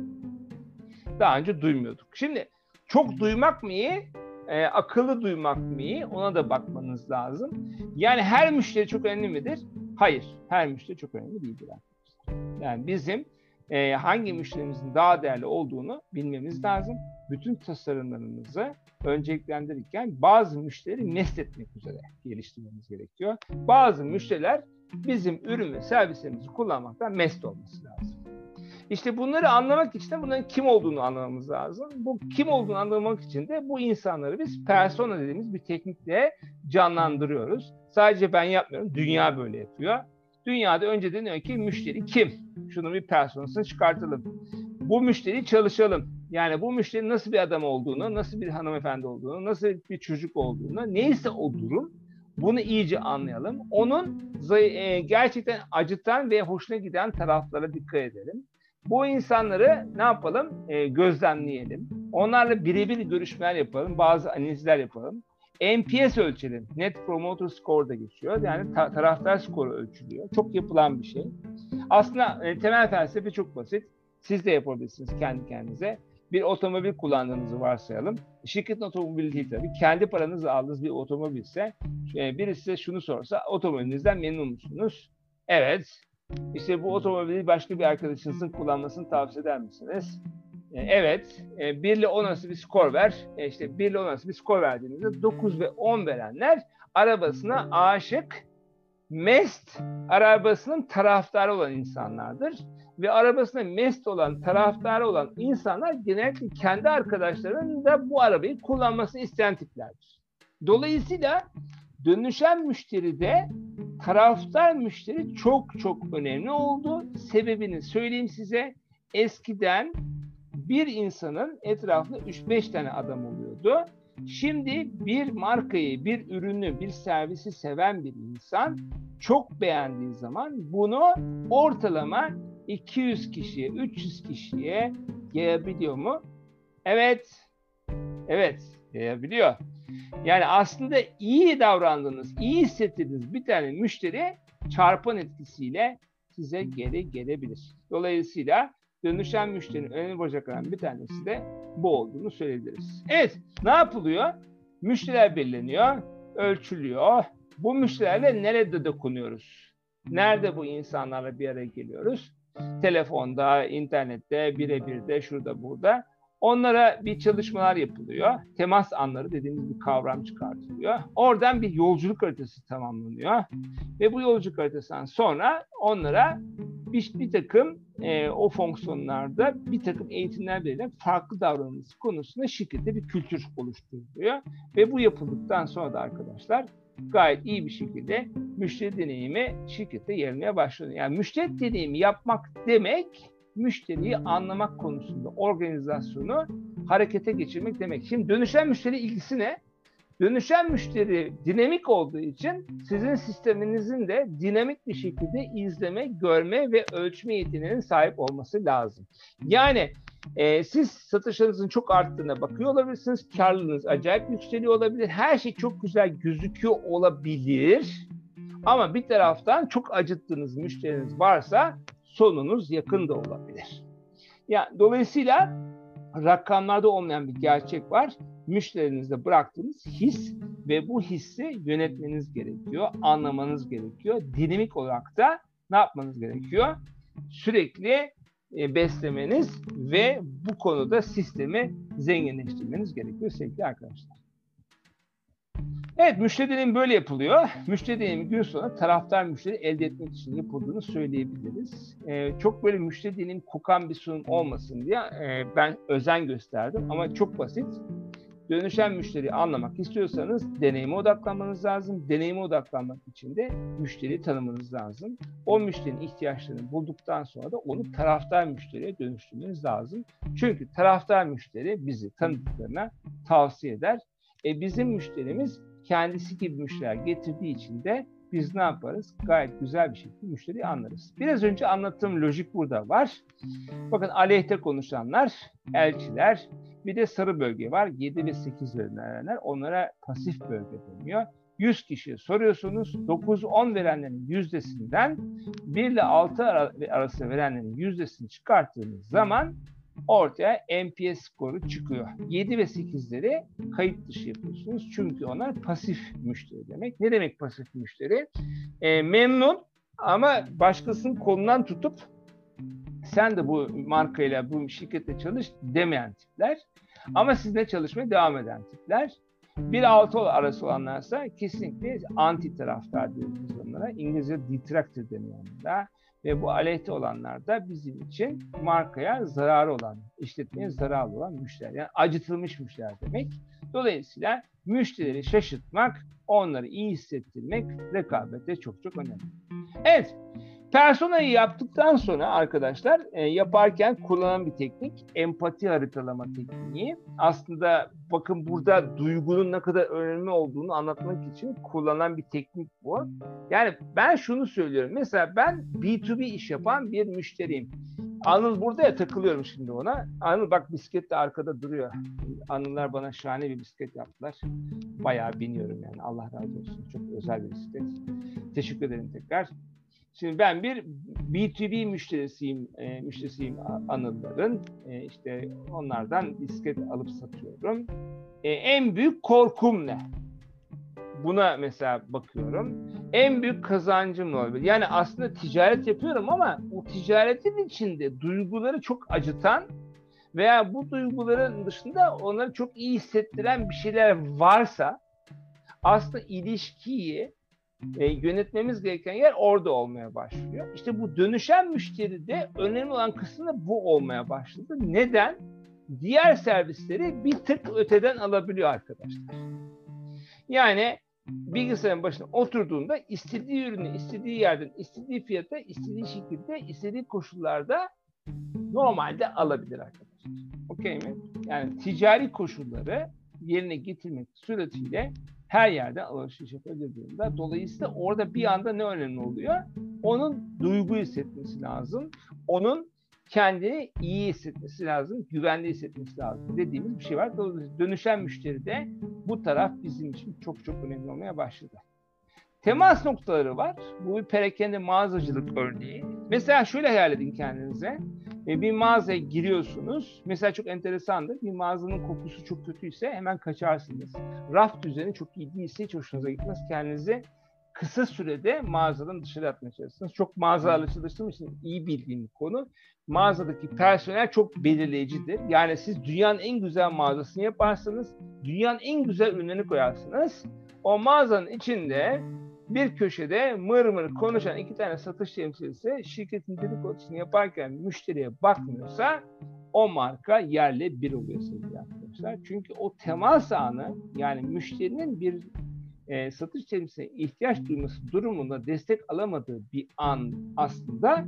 Daha önce duymuyorduk. Şimdi çok duymak mı iyi, e, akıllı duymak mı iyi, ona da bakmanız lazım. Yani her müşteri çok önemli midir? Hayır. Her müşteri çok önemli değildir arkadaşlar. Yani bizim e, hangi müşterimizin daha değerli olduğunu bilmemiz lazım. Bütün tasarımlarımızı önceliklendirirken bazı müşteri mest etmek üzere geliştirmemiz gerekiyor. Bazı müşteriler bizim ürün ve servislerimizi kullanmaktan mest olması lazım. İşte bunları anlamak için de bunların kim olduğunu anlamamız lazım. Bu kim olduğunu anlamak için de bu insanları biz persona dediğimiz bir teknikle canlandırıyoruz. Sadece ben yapmıyorum, dünya böyle yapıyor. Dünyada önce deniyor ki müşteri kim? Şunun bir personasını çıkartalım. Bu müşteriyi çalışalım. Yani bu müşterinin nasıl bir adam olduğunu, nasıl bir hanımefendi olduğunu, nasıl bir çocuk olduğunu, neyse o durum, bunu iyice anlayalım. Onun gerçekten acıtan ve hoşuna giden taraflara dikkat edelim. Bu insanları ne yapalım? E, gözlemleyelim. Onlarla birebir görüşmeler yapalım, bazı analizler yapalım. N P S ölçelim. Net Promoter Score da geçiyor. Yani ta- taraftar skoru ölçülüyor. Çok yapılan bir şey. Aslında e, temel felsefe çok basit. Siz de yapabilirsiniz kendi kendinize. Bir otomobil kullandığınızı varsayalım. Şirketin otomobili değil tabii. Kendi paranızla aldığınız bir otomobilse, e, birisi size şunu sorsa, otomobilinizden memnun musunuz? Evet. İşte bu otomobili başka bir arkadaşınızın kullanmasını tavsiye eder misiniz? E, evet. E, bir ile on arası bir skor ver. E, işte bir ile on arası bir skor verdiğinizde dokuz ve on verenler arabasına aşık, mest, arabasının taraftarı olan insanlardır. Ve arabasına mest olan, taraftarı olan insanlar genellikle kendi arkadaşlarının da bu arabayı kullanmasını isteyen tiplerdir. Dolayısıyla dönüşen müşteride taraftar müşteri çok çok önemli oldu. Sebebini söyleyeyim size. Eskiden bir insanın etrafında üç beş tane adam oluyordu. Şimdi bir markayı, bir ürünü, bir servisi seven bir insan çok beğendiği zaman bunu ortalama iki yüz kişiye, üç yüz kişiye yayabiliyor mu? Evet. Evet, yayabiliyor. Yani aslında iyi davrandığınız, iyi hissettiğiniz bir tane müşteri çarpan etkisiyle size geri gelebilir. Dolayısıyla dönüşen müşterinin önemli bacaklarından bir tanesi de bu olduğunu söyleyebiliriz. Evet, ne yapılıyor? Müşteriler belirleniyor, ölçülüyor. Bu müşterilerle nerede dokunuyoruz? Nerede bu insanlarla bir araya geliyoruz? Telefonda, internette, birebirde, şurada, burada. Onlara bir çalışmalar yapılıyor. Temas anları dediğimiz bir kavram çıkartılıyor. Oradan bir yolculuk haritası tamamlanıyor. Ve bu yolculuk haritasından sonra onlara bir, bir takım e, o fonksiyonlarda bir takım eğitimler verilerek farklı davranılması konusunda şirkette bir kültür oluşturuluyor. Ve bu yapıldıktan sonra da arkadaşlar gayet iyi bir şekilde müşteri deneyimi şirkette yer almaya başlıyor. Yani müşteri deneyimi yapmak demek, müşteriyi anlamak konusunda organizasyonu harekete geçirmek demek. Şimdi dönüşen müşteri ilgisi ne? Dönüşen müşteri dinamik olduğu için sizin sisteminizin de dinamik bir şekilde izleme, görme ve ölçme yeteneğine sahip olması lazım. Yani e, siz satışlarınızın çok arttığına bakıyor olabilirsiniz. Karlılığınız acayip yükseliyor olabilir. Her şey çok güzel gözüküyor olabilir. Ama bir taraftan çok acıttığınız müşteriniz varsa sonunuz yakın da olabilir. Yani dolayısıyla rakamlarda olmayan bir gerçek var. Müşterinizde bıraktığınız his ve bu hissi yönetmeniz gerekiyor, anlamanız gerekiyor. Dinamik olarak da ne yapmanız gerekiyor? Sürekli e, beslemeniz ve bu konuda sistemi zenginleştirmeniz gerekiyor sevgili arkadaşlar. Evet, müşteri deneyimi böyle yapılıyor. Müşteri deneyimi gün sonunda taraftar müşteri elde etmek için yapıldığını söyleyebiliriz. Ee, çok böyle müşteri deneyimi kokan bir sunum olmasın diye e, ben özen gösterdim ama çok basit. Dönüşen müşteriyi anlamak istiyorsanız deneyime odaklanmanız lazım. Deneyime odaklanmak için de müşteriyi tanımanız lazım. O müşterinin ihtiyaçlarını bulduktan sonra da onu taraftar müşteriye dönüştürmeniz lazım. Çünkü taraftar müşteri bizi tanıdıklarına tavsiye eder. E bizim müşterimiz kendisi gibi müşteriler getirdiği için de biz ne yaparız? Gayet güzel bir şekilde müşteriyi anlarız. Biraz önce anlattığım lojik burada var. Bakın aleyhte konuşanlar, elçiler, bir de sarı bölge var. yedi ve sekiz verenler. Onlara pasif bölge deniyor. yüz kişiye soruyorsunuz. dokuz on verenlerin yüzdesinden bir ile altı arası verenlerin yüzdesini çıkarttığınız zaman ortaya N P S skoru çıkıyor. yedi ve sekizleri kayıt dışı yapıyorsunuz. Çünkü onlar pasif müşteri demek. Ne demek pasif müşteri? E, memnun ama başkasının kolundan tutup sen de bu markayla, bu şirkette çalış demeyen tipler. Ama sizinle çalışmaya devam eden tipler. bir altı arası olanlarsa kesinlikle anti taraftar diyoruz biz onlara. İngilizce detractor deniyor onlara. Ve bu aleyhte olanlar da bizim için markaya zararı olan, işletmeye zararlı olan müşteriler. Yani acıtılmış müşteriler demek. Dolayısıyla müşterileri şaşırtmak, onları iyi hissettirmek rekabette çok çok önemli. Evet, personayı yaptıktan sonra arkadaşlar e, yaparken kullanılan bir teknik empati haritalama tekniği. Aslında bakın burada duygunun ne kadar önemli olduğunu anlatmak için kullanılan bir teknik bu. Yani ben şunu söylüyorum. Mesela ben B iki B iş yapan bir müşteriyim. Anıl burada ya, takılıyorum şimdi ona. Anıl bak, bisiklet de arkada duruyor. Anıllar bana şahane bir bisiklet yaptılar. Bayağı biniyorum yani. Allah razı olsun. Çok özel bir bisiklet. Teşekkür ederim tekrar. Şimdi ben bir B iki B müşterisiyim, e, müşterisiyim Anılların. E, işte onlardan bisiklet alıp satıyorum. E, en büyük korkum ne? Buna mesela bakıyorum. En büyük kazancım ne olabilir? Yani aslında ticaret yapıyorum ama o ticaretin içinde duyguları çok acıtan veya bu duyguların dışında onları çok iyi hissettiren bir şeyler varsa aslında ilişkiyi e, yönetmemiz gereken yer orada olmaya başlıyor. İşte bu dönüşen müşteride önemli olan kısmı da bu olmaya başladı. Neden? Diğer servisleri bir tık öteden alabiliyor arkadaşlar. Yani bilgisayarın başına oturduğunda istediği ürünü istediği yerden, istediği fiyata, istediği şekilde, istediği koşullarda normalde alabilir arkadaşlar. Okey mi? Yani ticari koşulları yerine getirmek suretiyle her yerden alışveriş yapabilir durumda. Dolayısıyla orada bir anda ne önemli oluyor? onun duygu hissetmesi lazım. Onun kendini iyi hissetmesi lazım, güvende hissetmesi lazım dediğimiz bir şey var. Dolayısıyla dönüşen müşteri de bu taraf bizim için çok çok önemli olmaya başladı. Temas noktaları var. Bu bir perakende mağazacılık örneği. Mesela şöyle hayal edin kendinize. Bir mağazaya giriyorsunuz. Mesela çok enteresandır. Bir mağazanın kokusu çok kötüyse hemen kaçarsınız. Raf düzeni çok iyi değilse hiç hoşunuza gitmez. Kendinizi kısa sürede mağazadan dışarı atmaya çalışırsınız. Çok mağazalarla çalıştığım için iyi bildiğim bir konu. Mağazadaki personel çok belirleyicidir. Yani siz dünyanın en güzel mağazasını yaparsınız. Dünyanın en güzel ürünlerini koyarsınız. O mağazanın içinde bir köşede mır mır konuşan iki tane satış temsilcisi şirketin dedikodusunu yaparken müşteriye bakmıyorsa o marka yerle bir oluyor sevgili arkadaşlar. Çünkü o temas anı, yani müşterinin bir e, satış temsilcisine ihtiyaç duyması durumunda destek alamadığı bir an aslında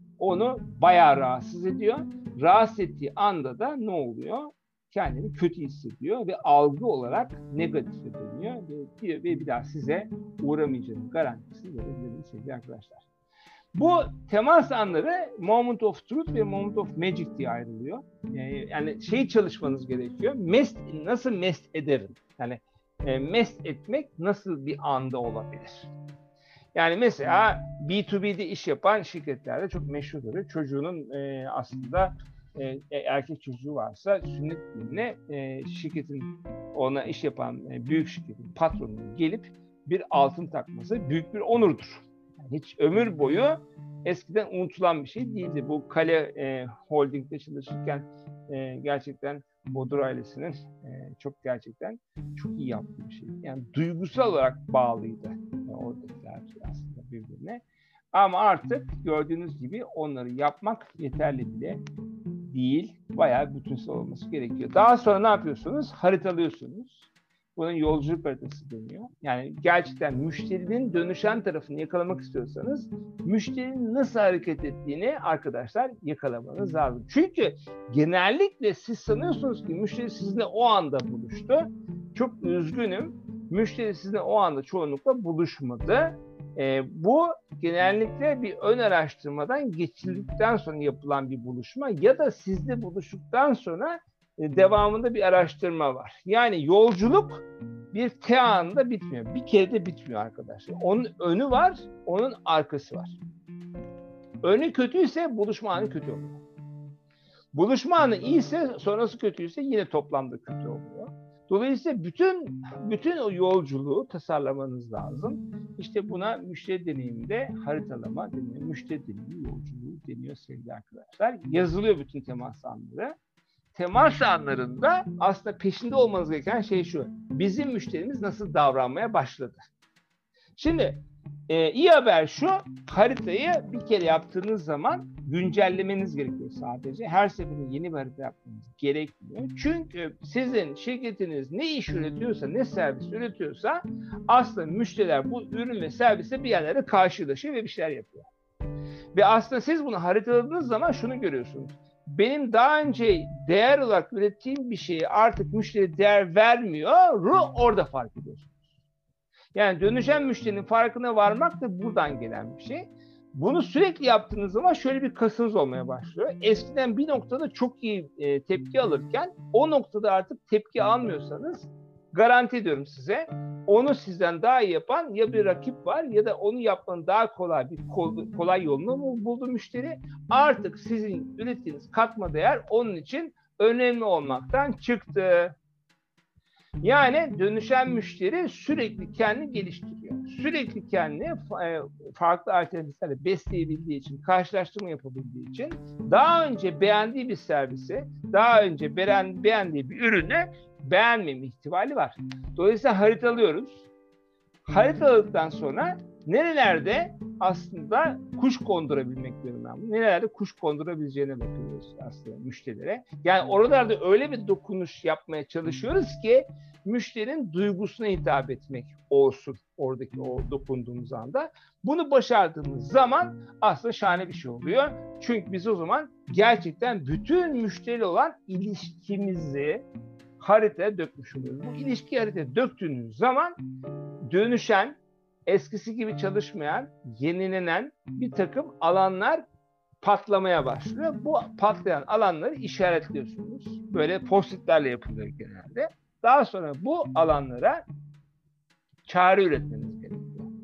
onu bayağı rahatsız ediyor. Rahatsız ettiği anda da ne oluyor? Kendini kötü hissediyor ve algı olarak negatife dönüyor ve, ve bir daha size uğramayacağının garantisini verebilirim sevgili arkadaşlar. Bu temas anları moment of truth ve moment of magic diye ayrılıyor. Yani şey çalışmanız gerekiyor. Mest, nasıl mest ederim? Yani e, mest etmek nasıl bir anda olabilir? Yani mesela B iki B'de iş yapan şirketlerde çok meşhurdur. Çocuğunun e, aslında e, erkek çocuğu varsa sünnet gününe e, şirketin ona iş yapan e, büyük şirketin patronunun gelip bir altın takması büyük bir onurdur. Yani hiç ömür boyu eskiden unutulan bir şey değildi. Bu Kale e, Holding'de çalışırken e, gerçekten Bodur ailesinin e, çok gerçekten çok iyi yaptığı bir şey. Yani duygusal olarak bağlıydı yani oradakiler aslında birbirine. Ama artık gördüğünüz gibi onları yapmak yeterli bile değil. Bayağı bütünsel olması gerekiyor. Daha sonra ne yapıyorsunuz? Haritalıyorsunuz. Bunun yolculuk haritası deniyor. Yani gerçekten müşterinin dönüşen tarafını yakalamak istiyorsanız müşterinin nasıl hareket ettiğini arkadaşlar yakalamanız lazım. Çünkü genellikle siz sanıyorsunuz ki müşteri sizinle o anda buluştu. Çok üzgünüm. Müşteri sizinle o anda çoğunlukla buluşmadı. E, bu genellikle bir ön araştırmadan geçildikten sonra yapılan bir buluşma ya da sizle buluştuktan sonra e, devamında bir araştırma var. Yani yolculuk bir T anında bitmiyor. Bir kere de bitmiyor arkadaşlar. Onun önü var, onun arkası var. Önü kötüyse buluşma anı kötü oluyor. Buluşma anı iyiyse sonrası kötüyse yine toplamda kötü oluyor. Dolayısıyla bütün bütün o yolculuğu tasarlamanız lazım. İşte buna müşteri deneyiminde haritalama deniyor. Müşteri deneyimi yolculuğu deniyor sevgili arkadaşlar. Yazılıyor bütün temas anları. Temas anlarında aslında peşinde olmanız gereken şey şu. Bizim müşterimiz nasıl davranmaya başladı? Şimdi e, iyi haber şu. Haritayı bir kere yaptığınız zaman güncellemeniz gerekiyor sadece. Her seferinde yeni bir harita yapmanız gerekmiyor. Çünkü sizin şirketiniz ne iş üretiyorsa, ne servis üretiyorsa aslında müşteriler bu ürün ve servise bir yerlere karşılaşıyor ve bir şeyler yapıyor. Ve aslında siz bunu haritaladığınız zaman şunu görüyorsunuz. Benim daha önce değer olarak ürettiğim bir şeye artık müşteri değer vermiyor, orada fark ediyorsunuz. Yani dönüşen müşterinin farkına varmak da buradan gelen bir şey. Bunu sürekli yaptığınız zaman şöyle bir kasınız olmaya başlıyor. Eskiden bir noktada çok iyi e, tepki alırken o noktada artık tepki almıyorsanız garanti ediyorum size onu sizden daha iyi yapan ya bir rakip var ya da onu yapmanın daha kolay bir kolay yolunu mu buldu müşteri. Artık sizin ürettiğiniz katma değer onun için önemli olmaktan çıktı. Yani dönüşen müşteri sürekli kendini geliştiriyor. Sürekli kendini farklı alternatiflerle besleyebildiği için, karşılaştırma yapabildiği için daha önce beğendiği bir servisi, daha önce beğendiği bir ürünü beğenmeme ihtimali var. Dolayısıyla haritalıyoruz. Haritaladıktan sonra nerelerde aslında kuş kondurabilmek diyorum ben bunu. Nerelerde kuş kondurabileceğine bakıyoruz aslında müşterilere. Yani oralarda öyle bir dokunuş yapmaya çalışıyoruz ki müşterinin duygusuna hitap etmek olsun oradaki o dokunduğumuz anda. Bunu başardığımız zaman aslında şahane bir şey oluyor. Çünkü biz o zaman gerçekten bütün müşteriyle olan ilişkimizi haritaya dökmüş oluyoruz. Bu ilişki haritaya döktüğünüz zaman dönüşen eskisi gibi çalışmayan, yenilenen bir takım alanlar patlamaya başlıyor. Bu patlayan alanları işaretliyorsunuz. Böyle post-itlerle yapılıyor genelde. Daha sonra bu alanlara çare üretmeniz gerekiyor.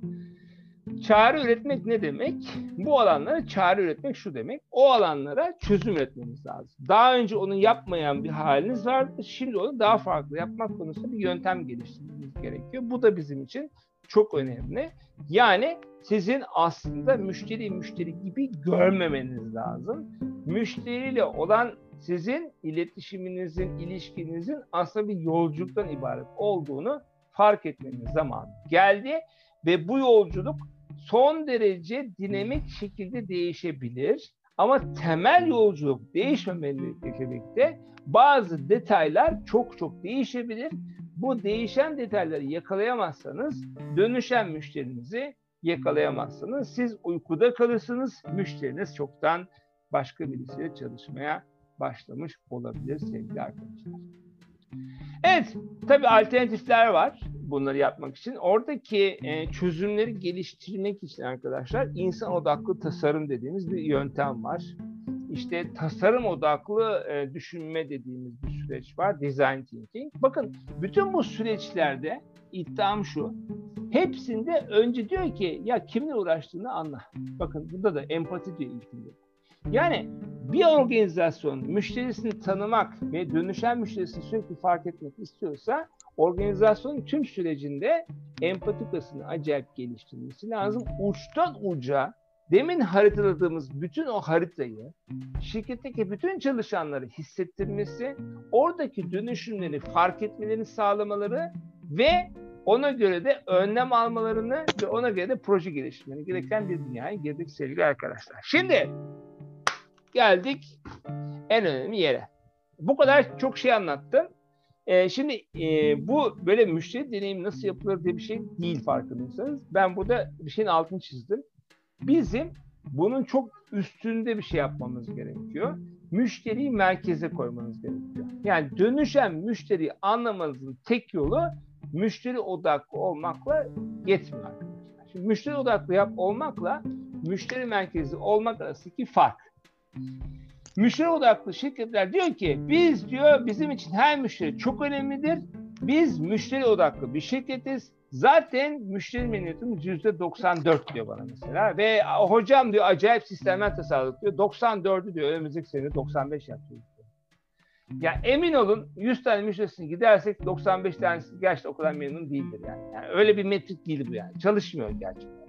Çare üretmek ne demek? Bu alanlara çare üretmek şu demek. O alanlara çözüm üretmeniz lazım. Daha önce onu yapmayan bir haliniz vardı. Şimdi onu daha farklı yapmak konusunda bir yöntem geliştirmeniz gerekiyor. Bu da bizim için çok önemli. Yani sizin aslında müşteri müşteri gibi görmemeniz lazım. Müşteriyle olan sizin iletişiminizin, ilişkinizin aslında bir yolculuktan ibaret olduğunu fark etmeniz zamanı geldi ve bu yolculuk son derece dinamik şekilde değişebilir. Ama temel yolculuk değişmemekle birlikte bazı detaylar çok çok değişebilir. Bu değişen detayları yakalayamazsanız dönüşen müşterinizi yakalayamazsınız. Siz uykuda kalırsınız. Müşteriniz çoktan başka birisiyle çalışmaya başlamış olabilir sevgili arkadaşlar. Evet, tabii alternatifler var bunları yapmak için. Oradaki e, çözümleri geliştirmek için arkadaşlar insan odaklı tasarım dediğimiz bir yöntem var. İşte tasarım odaklı e, düşünme dediğimiz bir süreç var. Design thinking. Bakın bütün bu süreçlerde iddiam şu. Hepsinde önce diyor ki ya kimle uğraştığını anla. Bakın burada da empati diyor ilkinde. Yani bir organizasyon müşterisini tanımak ve dönüşen müşterisini sürekli fark etmek istiyorsa organizasyonun tüm sürecinde empatikasını acayip geliştirmesi lazım. Uçtan uca demin haritaladığımız bütün o haritayı şirketteki bütün çalışanları hissettirmesi, oradaki dönüşümleri fark etmelerini sağlamaları ve ona göre de önlem almalarını ve ona göre de proje geliştirmeni gereken bir dünyaya girdik sevgili arkadaşlar. Şimdi geldik en önemli yere. Bu kadar çok şey anlattım. Ee, şimdi e, bu böyle müşteri deneyimi nasıl yapılır diye bir şey değil farkındaysanız. Ben burada bir şeyin altını çizdim. Bizim bunun çok üstünde bir şey yapmamız gerekiyor. Müşteriyi merkeze koymanız gerekiyor. Yani dönüşen müşteriyi anlamanızın tek yolu müşteri odaklı olmakla yetmiyor arkadaşlar. Şimdi müşteri odaklı yap olmakla müşteri merkezi olmak arasındaki fark. Müşteri odaklı şirketler diyor ki biz diyor bizim için her müşteri çok önemlidir. Biz müşteri odaklı bir şirketiz. Zaten müşteri memnuniyetimiz yüzde doksan dört diyor bana mesela. Ve hocam diyor acayip sistemler tasarladık diyor. doksan dördü diyor önümüzdeki sene doksan beş yapacağız. Yani emin olun yüz tane müşterisini gidersek doksan beş tanesi gerçekten o kadar memnun değildir yani. Yani öyle bir metrik değil bu yani. Çalışmıyor gerçekten.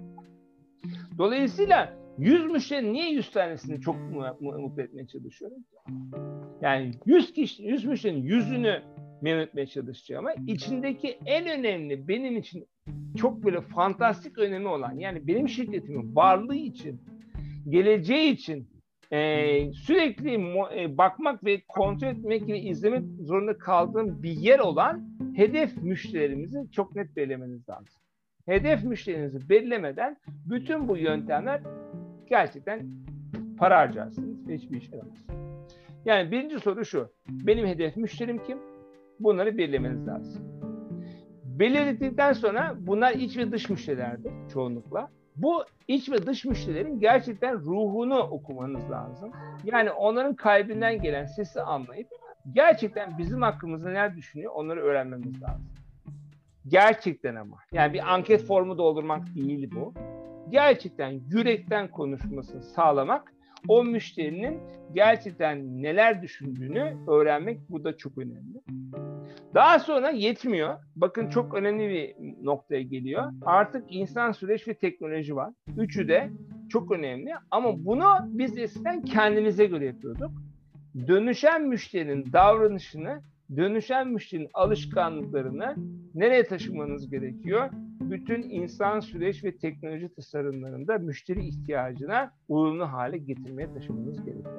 Dolayısıyla yüz müşteri niye yüz tanesini çok mutlu etmeye çalışıyorum? Yani yüz kişi, yüz müşterinin yüzünü memnun etmeye çalışacağım ama içindeki en önemli benim için çok böyle fantastik önemi olan yani benim şirketimin varlığı için, geleceği için e, sürekli e, bakmak ve kontrol etmek ve izlemek zorunda kaldığım bir yer olan hedef müşterilerimizi çok net belirlemeniz lazım. Hedef müşterinizi belirlemeden bütün bu yöntemler gerçekten para harcarsınız ve hiçbir işe yaramaz. Yani birinci soru şu. Benim hedef müşterim kim? Bunları belirlemeniz lazım. Belirledikten sonra bunlar iç ve dış müşterilerdir çoğunlukla. Bu iç ve dış müşterilerin gerçekten ruhunu okumanız lazım. Yani onların kalbinden gelen sesi anlayıp gerçekten bizim hakkımızda neler düşünüyor onları öğrenmemiz lazım. Gerçekten ama. Yani bir anket formu doldurmak değil bu. Gerçekten yürekten konuşmasını sağlamak, o müşterinin gerçekten neler düşündüğünü öğrenmek bu da çok önemli. Daha sonra yetmiyor. Bakın çok önemli bir noktaya geliyor. Artık insan, süreç ve teknoloji var. Üçü de çok önemli ama bunu biz eskiden kendimize göre yapıyorduk. Dönüşen müşterinin davranışını, dönüşen müşterinin alışkanlıklarını nereye taşımanız gerekiyor? Bütün insan, süreç ve teknoloji tasarımlarında müşteri ihtiyacına uyumlu hale getirmeye taşımanız gerekiyor.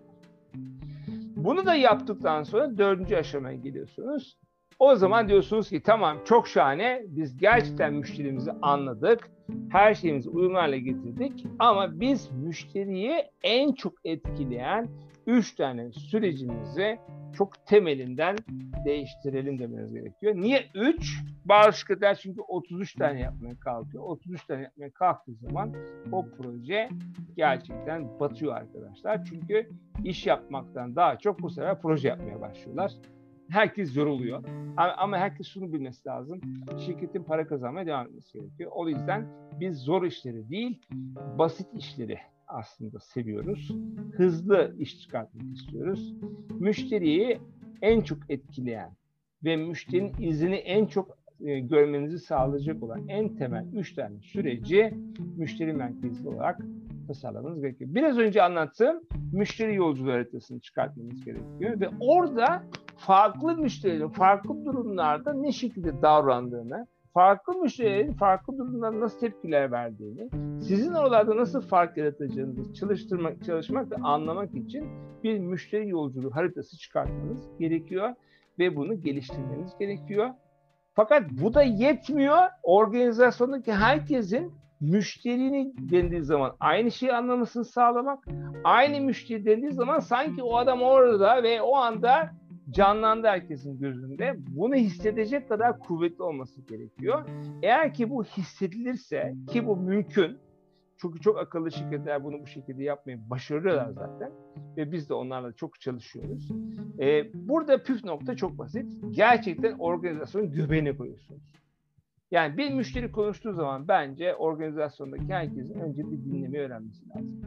Bunu da yaptıktan sonra dördüncü aşamaya geliyorsunuz. O zaman diyorsunuz ki tamam çok şahane, biz gerçekten müşterimizi anladık, her şeyimizi uyumlu hale getirdik ama biz müşteriyi en çok etkileyen üç tane sürecimizi çok temelinden değiştirelim demeniz gerekiyor. Niye üç? Bazı şirketler çünkü otuz üç tane yapmaya kalkıyor. otuz üç tane yapmaya kalktığı zaman o proje gerçekten batıyor arkadaşlar. Çünkü iş yapmaktan daha çok bu sefer proje yapmaya başlıyorlar. Herkes yoruluyor. Ama herkes şunu bilmesi lazım. Şirketin para kazanmaya devam etmesi gerekiyor. O yüzden biz zor işleri değil, basit işleri aslında seviyoruz. Hızlı iş çıkartmak istiyoruz. Müşteriyi en çok etkileyen ve müşterinin izini en çok e, görmenizi sağlayacak olan en temel üç tane süreci müşteri merkezli olarak tasarlamanız gerekiyor. Biraz önce anlattığım müşteri yolculuğu haritasını çıkartmanız gerekiyor ve orada farklı müşterilerin farklı durumlarda ne şekilde davrandığını, farklı müşterilerin farklı durumlarda nasıl tepkiler verdiğini, sizin oralarda nasıl fark yaratacağınızı çalıştırmak, çalışmak ve anlamak için bir müşteri yolculuğu haritası çıkartmanız gerekiyor ve bunu geliştirmeniz gerekiyor. Fakat bu da yetmiyor. Organizasyondaki herkesin müşterini dendiği zaman aynı şeyi anlamasını sağlamak, aynı müşteri dendiği zaman sanki o adam orada ve o anda canlandı herkesin gözünde. Bunu hissedecek kadar kuvvetli olması gerekiyor. Eğer ki bu hissedilirse, ki bu mümkün, çünkü çok akıllı şirketler bunu bu şekilde yapmayı başarıyorlar zaten ve biz de onlarla çok çalışıyoruz. Ee, burada püf nokta çok basit. Gerçekten organizasyonun göbeğine koyuyorsunuz. Yani bir müşteri konuştuğu zaman bence organizasyondaki herkesin önce bir dinlemeyi öğrenmesi lazım.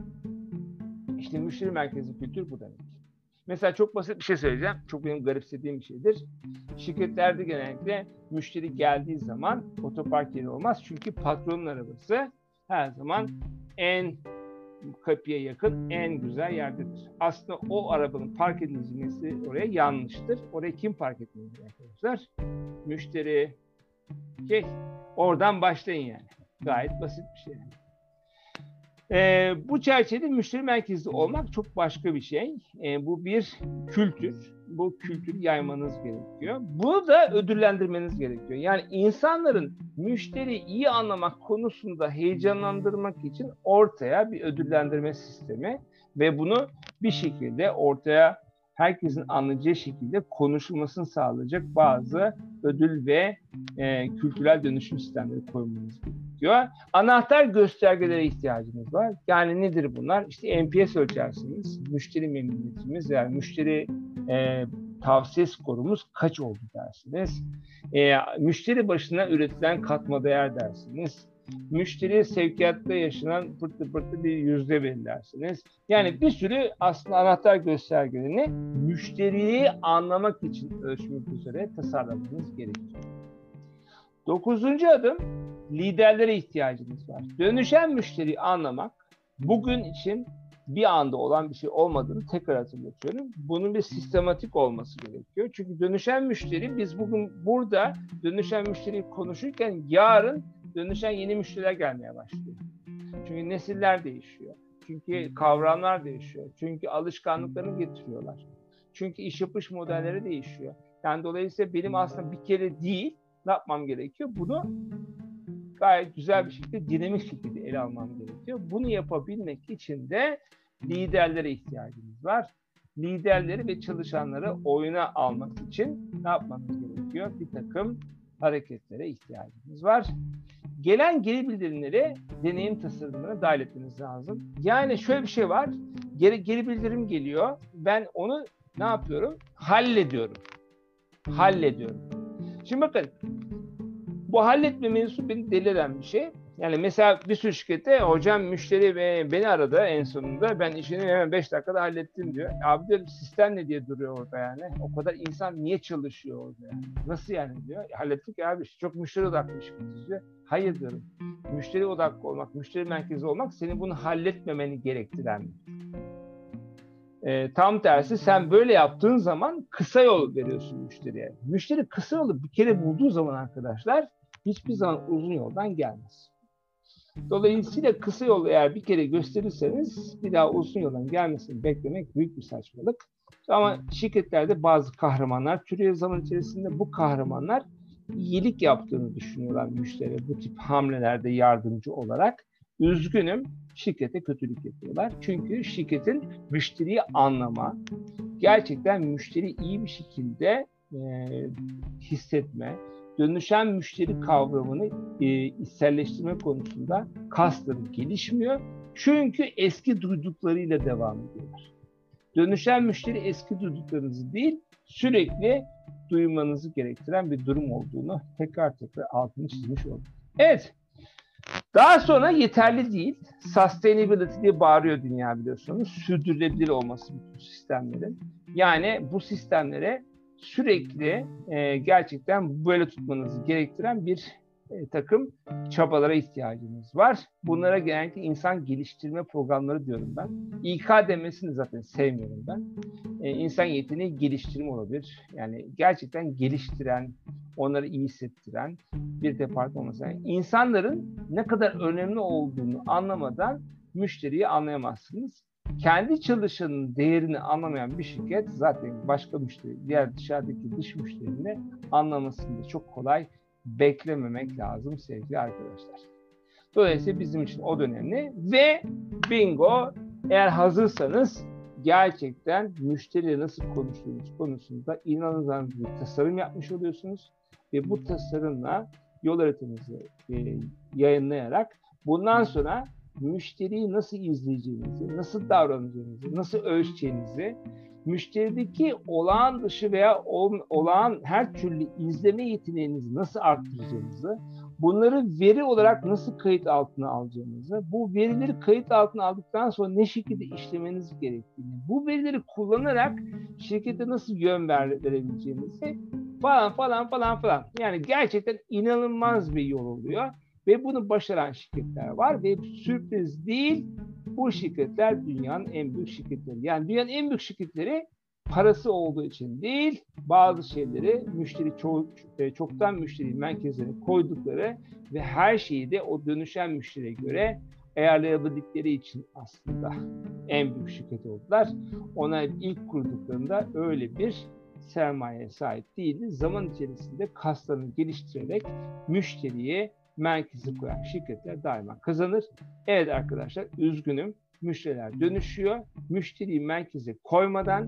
İşte müşteri merkezli kültür bu demek. Mesela çok basit bir şey söyleyeceğim. Çok benim garipsediğim bir şeydir. Şirketlerde genellikle müşteri geldiği zaman otopark yeri olmaz. Çünkü patronun arabası her zaman en kapıya yakın, en güzel yerdedir. Aslında o arabanın park edilmesi oraya yanlıştır. Oraya kim park etmelidir arkadaşlar? Müşteri. Okay. Oradan başlayın yani. Gayet basit bir şey. Ee, bu çerçevede müşteri merkezli olmak çok başka bir şey. Ee, bu bir kültür. Bu kültürü yaymanız gerekiyor. Bunu da ödüllendirmeniz gerekiyor. Yani insanların müşteriyi iyi anlamak konusunda heyecanlandırmak için ortaya bir ödüllendirme sistemi ve bunu bir şekilde ortaya herkesin anlayacağı şekilde konuşulmasını sağlayacak bazı ödül ve e, kültürel dönüşüm sistemleri koymanız gerekiyor. Anahtar göstergelere ihtiyacınız var. Yani nedir bunlar? İşte N P S ölçersiniz, müşteri memnuniyetimiz yani müşteri e, tavsiye skorumuz kaç oldu dersiniz. E, müşteri başına üretilen katma değer dersiniz. Müşteri sevkiyatta yaşanan pırtı pırtı bir yüzde belirlersiniz. Yani bir sürü aslında anahtar göstergelerini müşteriyi anlamak için ölçmek üzere tasarlamanız gerekiyor. Dokuzuncu adım, liderlere ihtiyacınız var. Dönüşen müşteriyi anlamak bugün için bir anda olan bir şey olmadığını tekrar hatırlatıyorum. Bunun bir sistematik olması gerekiyor. Çünkü dönüşen müşteri, biz bugün burada dönüşen müşteriyi konuşurken yarın dönüşen yeni müşteriler gelmeye başlıyor. Çünkü nesiller değişiyor. Çünkü kavramlar değişiyor. Çünkü alışkanlıklarını getiriyorlar. Çünkü iş yapış modelleri değişiyor. Yani dolayısıyla benim aslında bir kere değil, ne yapmam gerekiyor? Bunu gayet güzel bir şekilde, dinamik şekilde ele almam gerekiyor. Bunu yapabilmek için de liderlere ihtiyacımız var. Liderleri ve çalışanları oyuna almak için ne yapmamız gerekiyor? Bir takım hareketlere ihtiyacımız var. Gelen geri bildirimleri deneyim tasarımına dahil etmeniz lazım. Yani şöyle bir şey var. Geri, geri bildirim geliyor. Ben onu ne yapıyorum? Hallediyorum. Hallediyorum. Şimdi bakın. Bu halletme mevzusu beni deliren bir şey. Yani mesela bir sürü şirkette hocam müşteri ve beni aradı en sonunda. Ben işini hemen beş dakikada hallettim diyor. Abi diyorum sistem ne diye duruyor orada yani. O kadar insan niye çalışıyor orada yani. Nasıl yani diyor. E, hallettik ya abi. Çok müşteri odaklı bir şirket diyor. Hayır diyorum. Müşteri odaklı olmak, müşteri merkezi olmak senin bunu halletmemeni gerektiren. E, tam tersi sen böyle yaptığın zaman kısa yol veriyorsun müşteriye. Müşteri kısa yolu bir kere bulduğu zaman arkadaşlar hiçbir zaman uzun yoldan gelmez. Dolayısıyla kısa yolu eğer bir kere gösterirseniz bir daha uzun yoldan gelmesini beklemek büyük bir saçmalık. Ama şirketlerde bazı kahramanlar türüyor zaman içerisinde. Bu kahramanlar iyilik yaptığını düşünüyorlar müşteriye bu tip hamlelerde yardımcı olarak. Üzgünüm şirkete kötülük yapıyorlar. Çünkü şirketin müşteriyi anlama, gerçekten müşteri iyi bir şekilde e, hissetme, dönüşen müşteri kavramını e, içselleştirme konusunda kasları gelişmiyor. Çünkü eski duyduklarıyla devam ediyorlar. Dönüşen müşteri eski duyduklarınızı değil, sürekli duymanızı gerektiren bir durum olduğunu tekrar tekrar altını çizmiş oldum. Evet. Daha sonra yeterli değil. Sustainability diye bağırıyor dünya, biliyorsunuz. Sürdürülebilir olması bütün sistemlerin. Yani bu sistemlere sürekli e, gerçekten böyle tutmanızı gerektiren bir e, takım çabalara ihtiyacınız var. Bunlara genellikle insan geliştirme programları diyorum ben. İK demesini zaten sevmiyorum ben. E, insan yeteneği geliştirme olabilir. Yani gerçekten geliştiren, onları iyi hissettiren bir departman olması. Yani insanların ne kadar önemli olduğunu anlamadan müşteriyi anlayamazsınız. Kendi çalışanın değerini anlamayan bir şirket zaten başka müşteri, diğer dışarıdaki dış müşterini anlamasını da çok kolay beklememek lazım sevgili arkadaşlar. Dolayısıyla bizim için o da önemli ve bingo, eğer hazırsanız gerçekten müşteriyle nasıl konuştuğunuz konusunda inanılmaz bir tasarım yapmış oluyorsunuz ve bu tasarımla yol haritanızı e, yayınlayarak bundan sonra müşteriyi nasıl izleyeceğinizi, nasıl davranacağınızı, nasıl ölçeceğinizi, müşterideki olağan dışı veya olağan her türlü izleme yeteneğinizi nasıl arttıracağınızı, bunları veri olarak nasıl kayıt altına alacağınızı, bu verileri kayıt altına aldıktan sonra ne şekilde işlemeniz gerektiğini, bu verileri kullanarak şirkete nasıl yön verebileceğinizi falan falan falan falan. Yani gerçekten inanılmaz bir yol oluyor. Ve bunu başaran şirketler var ve sürpriz değil, bu şirketler dünyanın en büyük şirketleri. Yani dünyanın en büyük şirketleri parası olduğu için değil, bazı şeyleri müşteri çok, çoktan müşteri merkezlerine koydukları ve her şeyi de o dönüşen müşteriye göre ayarlayabildikleri için aslında en büyük şirket oldular. Ona ilk kurduklarında öyle bir sermayeye sahip değildi. Zaman içerisinde kaslarını geliştirerek müşteriye merkezi koyan şirketler daima kazanır. Evet arkadaşlar, üzgünüm. Müşteriler dönüşüyor. Müşteriyi merkeze koymadan,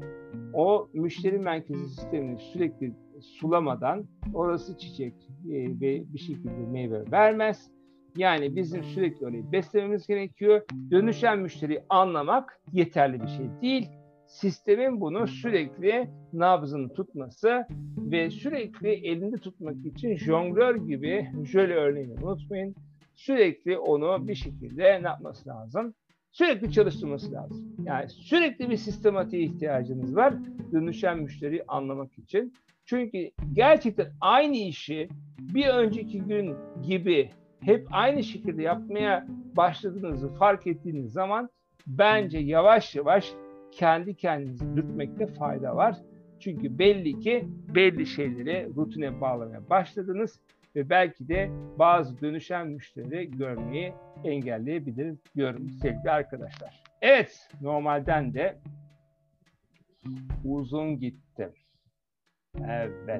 o müşteri merkezi sistemini sürekli sulamadan orası çiçek ve bir şekilde meyve vermez. Yani bizim sürekli orayı beslememiz gerekiyor. Dönüşen müşteriyi anlamak yeterli bir şey değil. Sistemin bunu sürekli nabzını tutması ve sürekli elinde tutmak için jonglör gibi, jöle örneğini unutmayın, sürekli onu bir şekilde ne yapması lazım? Sürekli çalıştırması lazım. Yani sürekli bir sistematiğe ihtiyacınız var dönüşen müşteriyi anlamak için. Çünkü gerçekten aynı işi bir önceki gün gibi hep aynı şekilde yapmaya başladığınızı fark ettiğiniz zaman bence yavaş yavaş kendi kendinizi dürtmekte fayda var. Çünkü belli ki belli şeyleri rutine bağlamaya başladınız ve belki de bazı dönüşen müşterileri görmeyi engelleyebilir diyorum sevgili arkadaşlar. Evet, normalden de uzun gittim. Evet.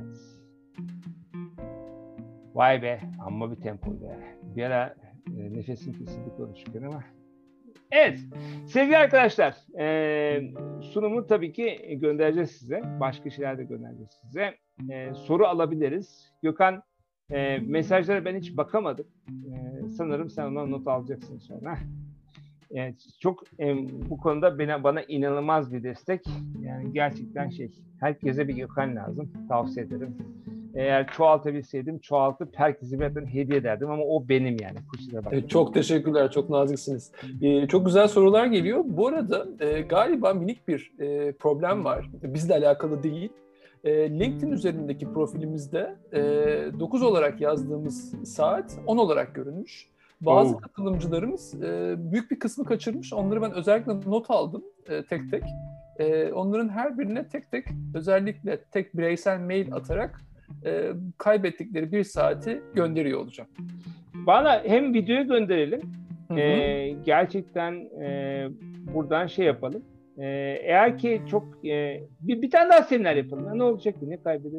Vay be, amma bir tempo be. Bir ara e, nefesim kesildi konuşurken ama. Evet, sevgili arkadaşlar, e, sunumu tabii ki göndereceğiz size. Başka şeyler de göndereceğiz size. E, soru alabiliriz. Gökhan, e, mesajlara ben hiç bakamadım. E, sanırım sen ondan not alacaksın sonra. Evet, çok e, bu konuda bana, bana inanılmaz bir destek. Yani gerçekten şey, herkese bir Gökhan lazım. Tavsiye ederim. Eğer çoğaltabilseydim çoğaltıp herkese bir hediye ederdim ama o benim yani. Evet, çok teşekkürler, çok naziksiniz. Ee, çok güzel sorular geliyor. Bu arada e, galiba minik bir e, problem var. Bizle alakalı değil. E, LinkedIn üzerindeki profilimizde e, dokuz olarak yazdığımız saat on olarak görünmüş. Bazı oh. katılımcılarımız e, büyük bir kısmı kaçırmış. Onları ben özellikle not aldım e, tek tek. E, onların her birine tek tek, özellikle tek bireysel mail atarak e, kaybettikleri bir saati gönderiyor olacağım. Bana hem videoyu gönderelim, e, gerçekten e, buradan şey yapalım. E, eğer ki çok e, bir, bir tane daha seminer yapalım. Ne olacak ki? Ne kaybederiz?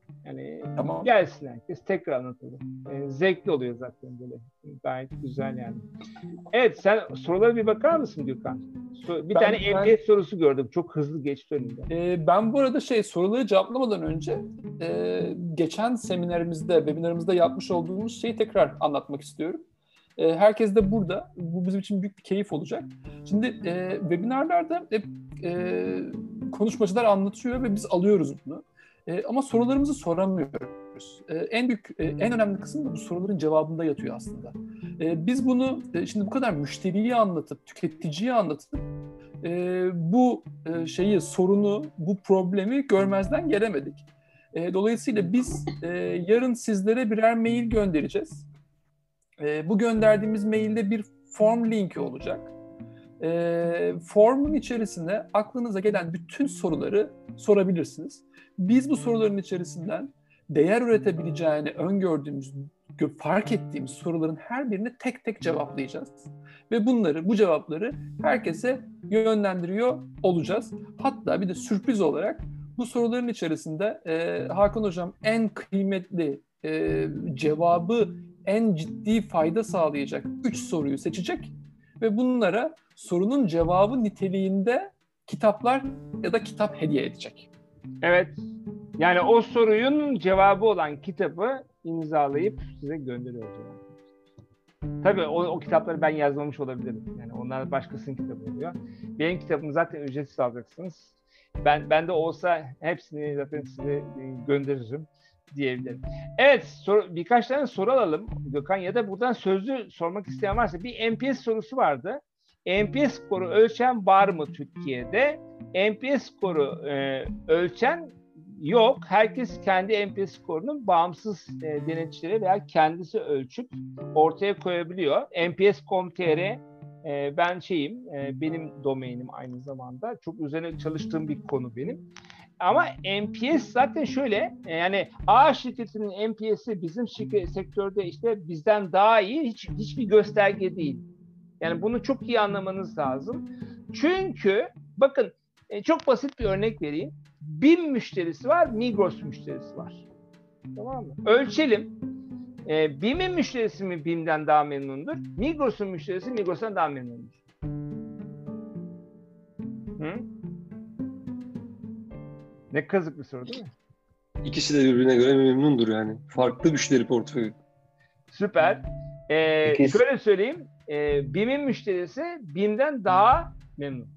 Yani Tamam. gelsin herkes tekrar anlatalım. E, zevkli oluyor zaten böyle. Gayet güzel yani. Evet, sen sorulara bir bakar mısın Gökhan? So- bir Ben- tane ben- M P S sorusu gördüm. Çok hızlı geçti önümde. Ee, ben bu arada şey soruları cevaplamadan önce e, geçen seminerimizde, webinarımızda yapmış olduğumuz şeyi tekrar anlatmak istiyorum. E, herkes de burada. Bu bizim için büyük bir keyif olacak. Şimdi e, webinarlarda hep e, konuşmacılar anlatıyor ve biz alıyoruz bunu. E, ama sorularımızı soramıyoruz. E, en büyük, e, en önemli kısım da bu soruların cevabında yatıyor aslında. E, biz bunu e, şimdi bu kadar müşteriyi anlatıp, tüketiciyi anlatıp e, bu e, şeyi, sorunu, bu problemi görmezden gelemedik. E, dolayısıyla biz e, yarın sizlere birer mail göndereceğiz. E, bu gönderdiğimiz mailde bir form linki olacak. E, formun içerisine aklınıza gelen bütün soruları sorabilirsiniz. Biz bu soruların içerisinden değer üretebileceğini öngördüğümüz, fark ettiğimiz soruların her birini tek tek cevaplayacağız. Ve bunları, bu cevapları herkese yönlendiriyor olacağız. Hatta bir de sürpriz olarak bu soruların içerisinde e, Hakan Hocam en kıymetli e, cevabı, en ciddi fayda sağlayacak üç soruyu seçecek ve bunlara sorunun cevabı niteliğinde kitaplar ya da kitap hediye edecek. Evet. Yani o sorunun cevabı olan kitabı imzalayıp size gönderiyoruz. Tabii o, o kitapları ben yazmamış olabilirim. Yani onlar başkasının kitabı oluyor. Benim kitabımı zaten ücretsiz alacaksınız. Ben ben de olsa hepsini zaten size gönderirim diyebilirim. Evet, soru, birkaç tane soru alalım Gökhan, ya da buradan sözlü sormak isteyen varsa. Bir M P S sorusu vardı. M P S skoru ölçen var mı Türkiye'de? M P S skoru e, ölçen yok. Herkes kendi M P S skorunun bağımsız e, denetçileri veya kendisi ölçüp ortaya koyabiliyor. M P S nokta com nokta t r e, ben şeyim, e, benim domainim aynı zamanda. Çok üzerine çalıştığım bir konu benim. Ama M P S zaten şöyle, yani A şirketinin M P S'i bizim şirket, sektörde işte bizden daha iyi hiç, hiçbir gösterge değil. Yani bunu çok iyi anlamanız lazım. Çünkü bakın, e, çok basit bir örnek vereyim. BİM müşterisi var, Migros müşterisi var. Tamam mı? Ölçelim. E, BİM'in müşterisi mi BİM'den daha memnundur? Migros'un müşterisi Migros'tan daha memnundur. Hı? Ne kazık bir soru değil mi? İkisi de birbirine göre memnundur yani. Farklı müşteri portföyü. Süper. Ee, Peki. şöyle söyleyeyim. E, BİM'in müşterisi BİM'den daha memnun.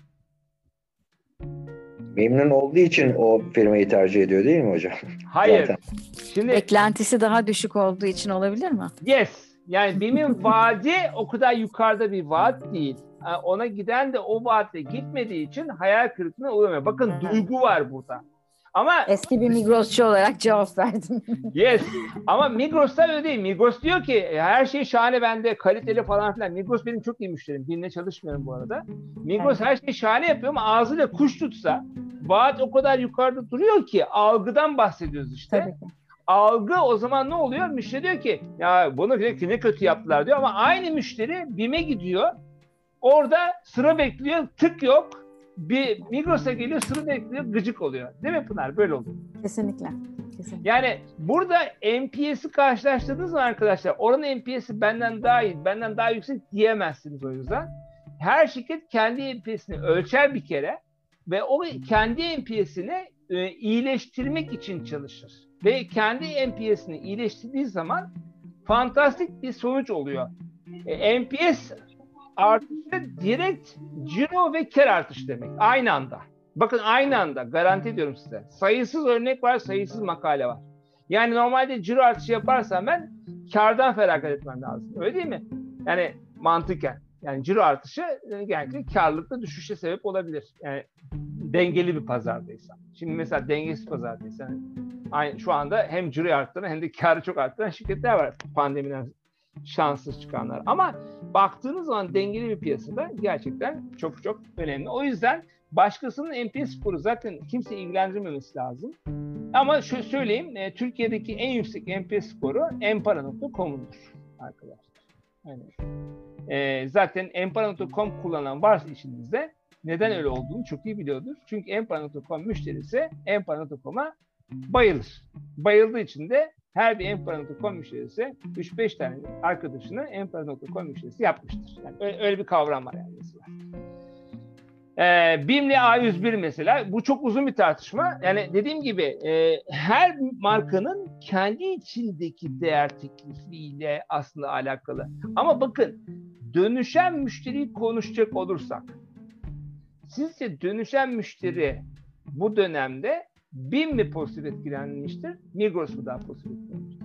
Memnun olduğu için o firmayı tercih ediyor değil mi hocam? Hayır. Zaten. Şimdi Beklentisi daha düşük olduğu için olabilir mi? yes. Yani BİM'in vaadi o kadar yukarıda bir vaat değil. Yani ona giden de o vaatle gitmediği için hayal kırıklığına uğramıyor. Bakın, Evet. duygu var burada. Ama Eski bir Migrosçu olarak cevap verdim. yes. Ama Migros'ta öyle değil. Migros diyor ki her şey şahane bende, kaliteli falan filan. Migros benim çok iyi müşterim. BİM'le çalışmıyorum bu arada. Migros her şeyi şahane yapıyor ama ağzıyla kuş tutsa vaat o kadar yukarıda duruyor ki, algıdan bahsediyoruz işte. Tabii ki. Algı o zaman ne oluyor? Müşteri diyor ki ya bunu ne kötü yaptılar diyor, ama aynı müşteri BİM'e gidiyor. Orada sıra bekliyor, tık yok. Bir Migros'a geliyor, sıra bekliyor, gıcık oluyor. Değil mi Pınar? Böyle oluyor. Kesinlikle. Kesinlikle. Yani burada M P S'i karşılaştırdığınız zaman arkadaşlar, oranın M P S'i benden daha iyi, benden daha yüksek diyemezsiniz o yüzden. Her şirket kendi M P S'ini ölçer bir kere ve o kendi M P S'ini e, iyileştirmek için çalışır. Ve kendi M P S'ini iyileştirdiği zaman fantastik bir sonuç oluyor. E, M P S artışı direkt ciro ve kar artışı demek. Aynı anda. Bakın aynı anda. Garanti ediyorum size. Sayısız örnek var, sayısız makale var. Yani normalde ciro artışı yaparsam ben kardan feragat etmem lazım. Öyle değil mi? Yani mantıken. Yani ciro artışı genellikle karlılıkta düşüşe sebep olabilir. Yani dengeli bir pazardaysa. Şimdi mesela dengesiz pazardaysa, yani aynı, şu anda hem ciroyu arttıran hem de karı çok arttıran şirketler var. Pandemiden şanssız çıkanlar. Ama baktığınız zaman dengeli bir piyasada gerçekten çok çok önemli. O yüzden başkasının M P S skoru zaten kimse ilgilendirmemesi lazım. Ama şöyle söyleyeyim, e, Türkiye'deki en yüksek M P S skoru empara nokta com'undur arkadaşlar. Yani, e, zaten empara nokta com kullanan varsa işinizde neden öyle olduğunu çok iyi biliyordur. Çünkü empara nokta com müşterisi empara nokta com'a bayılır. Bayıldığı için de her bir empower nokta com müşterisi üç beş tane arkadaşını empower nokta com müşterisi yapmıştır. Yani öyle, öyle bir kavram var yani mesela. Ee, B İ M'li A yüz bir mesela, bu çok uzun bir tartışma. Yani dediğim gibi e, her markanın kendi içindeki değer teklifiyle aslında alakalı. Ama bakın, dönüşen müşteriyi konuşacak olursak, sizce dönüşen müşteri bu dönemde B İ M mi pozitif etkilenmiştir, Migros mu daha pozitif etkilenmiştir?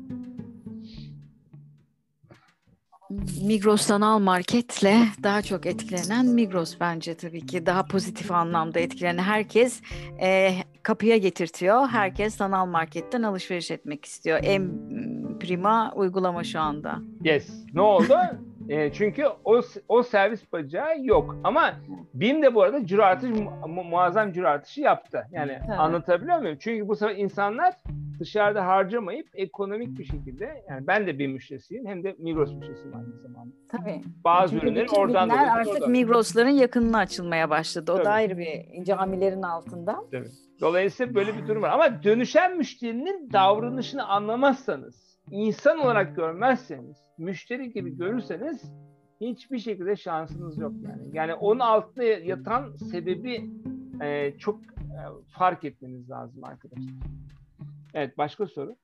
Migros sanal marketle daha çok etkilenen Migros bence tabii ki. Daha pozitif anlamda etkilenen herkes e, kapıya getirtiyor. Herkes sanal marketten alışveriş etmek istiyor. En prima uygulama şu anda. Yes. Ne oldu? e, çünkü o, o servis bacağı yok. Ama B İ M de bu arada ciro artışı, mu- muazzam ciro artışı yaptı. Yani Evet. Anlatabiliyor muyum? Çünkü bu sefer insanlar dışarıda harcamayıp ekonomik bir şekilde, yani ben de B İ M müşterisiyim, hem de Migros müşterisiyim aynı zamanda. Tabii. Bazı Çünkü ürünleri bütün oradan ürünler dolayı. artık oradan. Migros'ların yakınına açılmaya başladı. O Tabii. da ayrı bir camilerin altında. Dolayısıyla böyle bir durum var. Ama dönüşen müşterinin davranışını anlamazsanız, insan olarak görmezseniz, müşteri gibi görürseniz hiçbir şekilde şansınız yok yani. Yani onun altında yatan sebebi e, çok e, fark etmeniz lazım arkadaşlar. Evet, başka soru?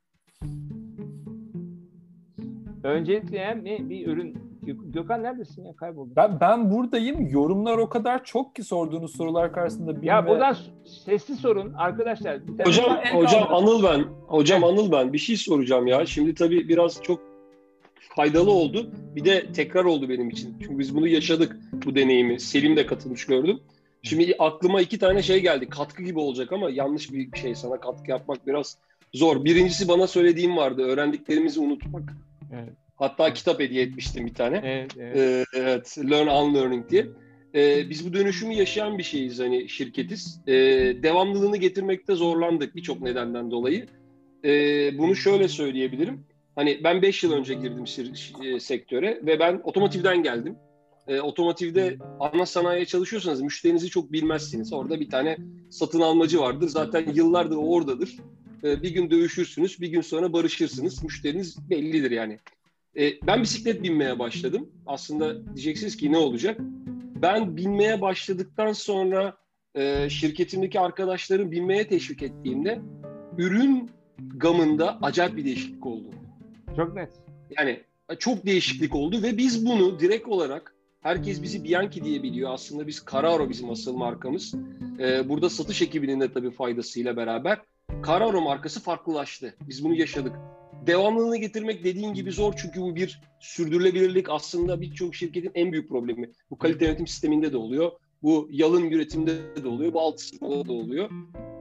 Öncelikle bir, bir ürün. Gökhan neredesin ya? Kayboldun. Ben, ben buradayım. Yorumlar o kadar çok ki sorduğunuz sorular karşısında. Ya bilme- buradan sesli sorun arkadaşlar. Bir tane- Hocam, el hocam kaldı. Anıl ben. Hocam Heh. Anıl ben. Bir şey soracağım ya. Şimdi tabii biraz çok faydalı oldu. Bir de tekrar oldu benim için. Çünkü biz bunu yaşadık, bu deneyimi. Selim de katılmış, gördüm. Şimdi aklıma iki tane şey geldi. Katkı gibi olacak ama yanlış bir şey. Sana katkı yapmak biraz zor. Birincisi, bana söylediğim vardı. Öğrendiklerimizi unutmak. Evet. Hatta kitap hediye etmiştim bir tane. Evet, evet. Ee, evet, Learn Unlearning diye. Ee, biz bu dönüşümü yaşayan bir şeyiz, hani şirketiz. Ee, devamlılığını getirmekte zorlandık birçok nedenden dolayı. Ee, bunu şöyle söyleyebilirim. Hani ben beş yıl önce girdim şir- e, sektöre ve ben otomotivden geldim. Ee, otomotivde ana sanayiye çalışıyorsanız müşterinizi çok bilmezsiniz. Orada bir tane satın almacı vardır. Zaten yıllardır o oradadır. Ee, bir gün dövüşürsünüz, bir gün sonra barışırsınız. Müşteriniz bellidir yani. Ee, ben bisiklet binmeye başladım. Aslında diyeceksiniz ki ne olacak? Ben binmeye başladıktan sonra e, şirketimdeki arkadaşlarım binmeye teşvik ettiğimde ürün gamında acayip bir değişiklik oldu. Çok net. Yani çok değişiklik oldu ve biz bunu direkt olarak, herkes bizi Bianchi diye biliyor. Aslında biz Carraro bizim asıl markamız. Ee, burada satış ekibinin de tabii faydasıyla beraber Carraro markası farklılaştı. Biz bunu yaşadık. Devamlılığını getirmek dediğin gibi zor, çünkü bu bir sürdürülebilirlik, aslında birçok şirketin en büyük problemi. Bu kalite yönetim sisteminde de oluyor. Bu yalın üretimde de oluyor. Bu alt sınıfta da oluyor.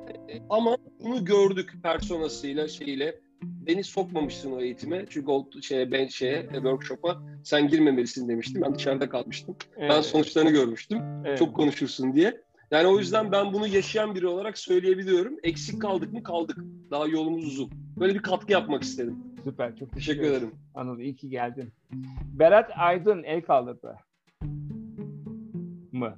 Ama bunu gördük personasıyla, şeyle. Beni sokmamışsın o eğitime. Çünkü o şeye, ben şeye, workshop'a sen girmemelisin demiştim. Ben dışarıda kalmıştım. Evet. Ben sonuçlarını görmüştüm. Evet. Çok konuşursun diye. Yani o yüzden ben bunu yaşayan biri olarak söyleyebiliyorum. Eksik kaldık mı? Kaldık. Daha yolumuz uzun. Böyle bir katkı yapmak istedim. Süper. Çok Teşekkür ederim. Anıl, iyi ki geldin. Berat Aydın el kaldırdı. Mı?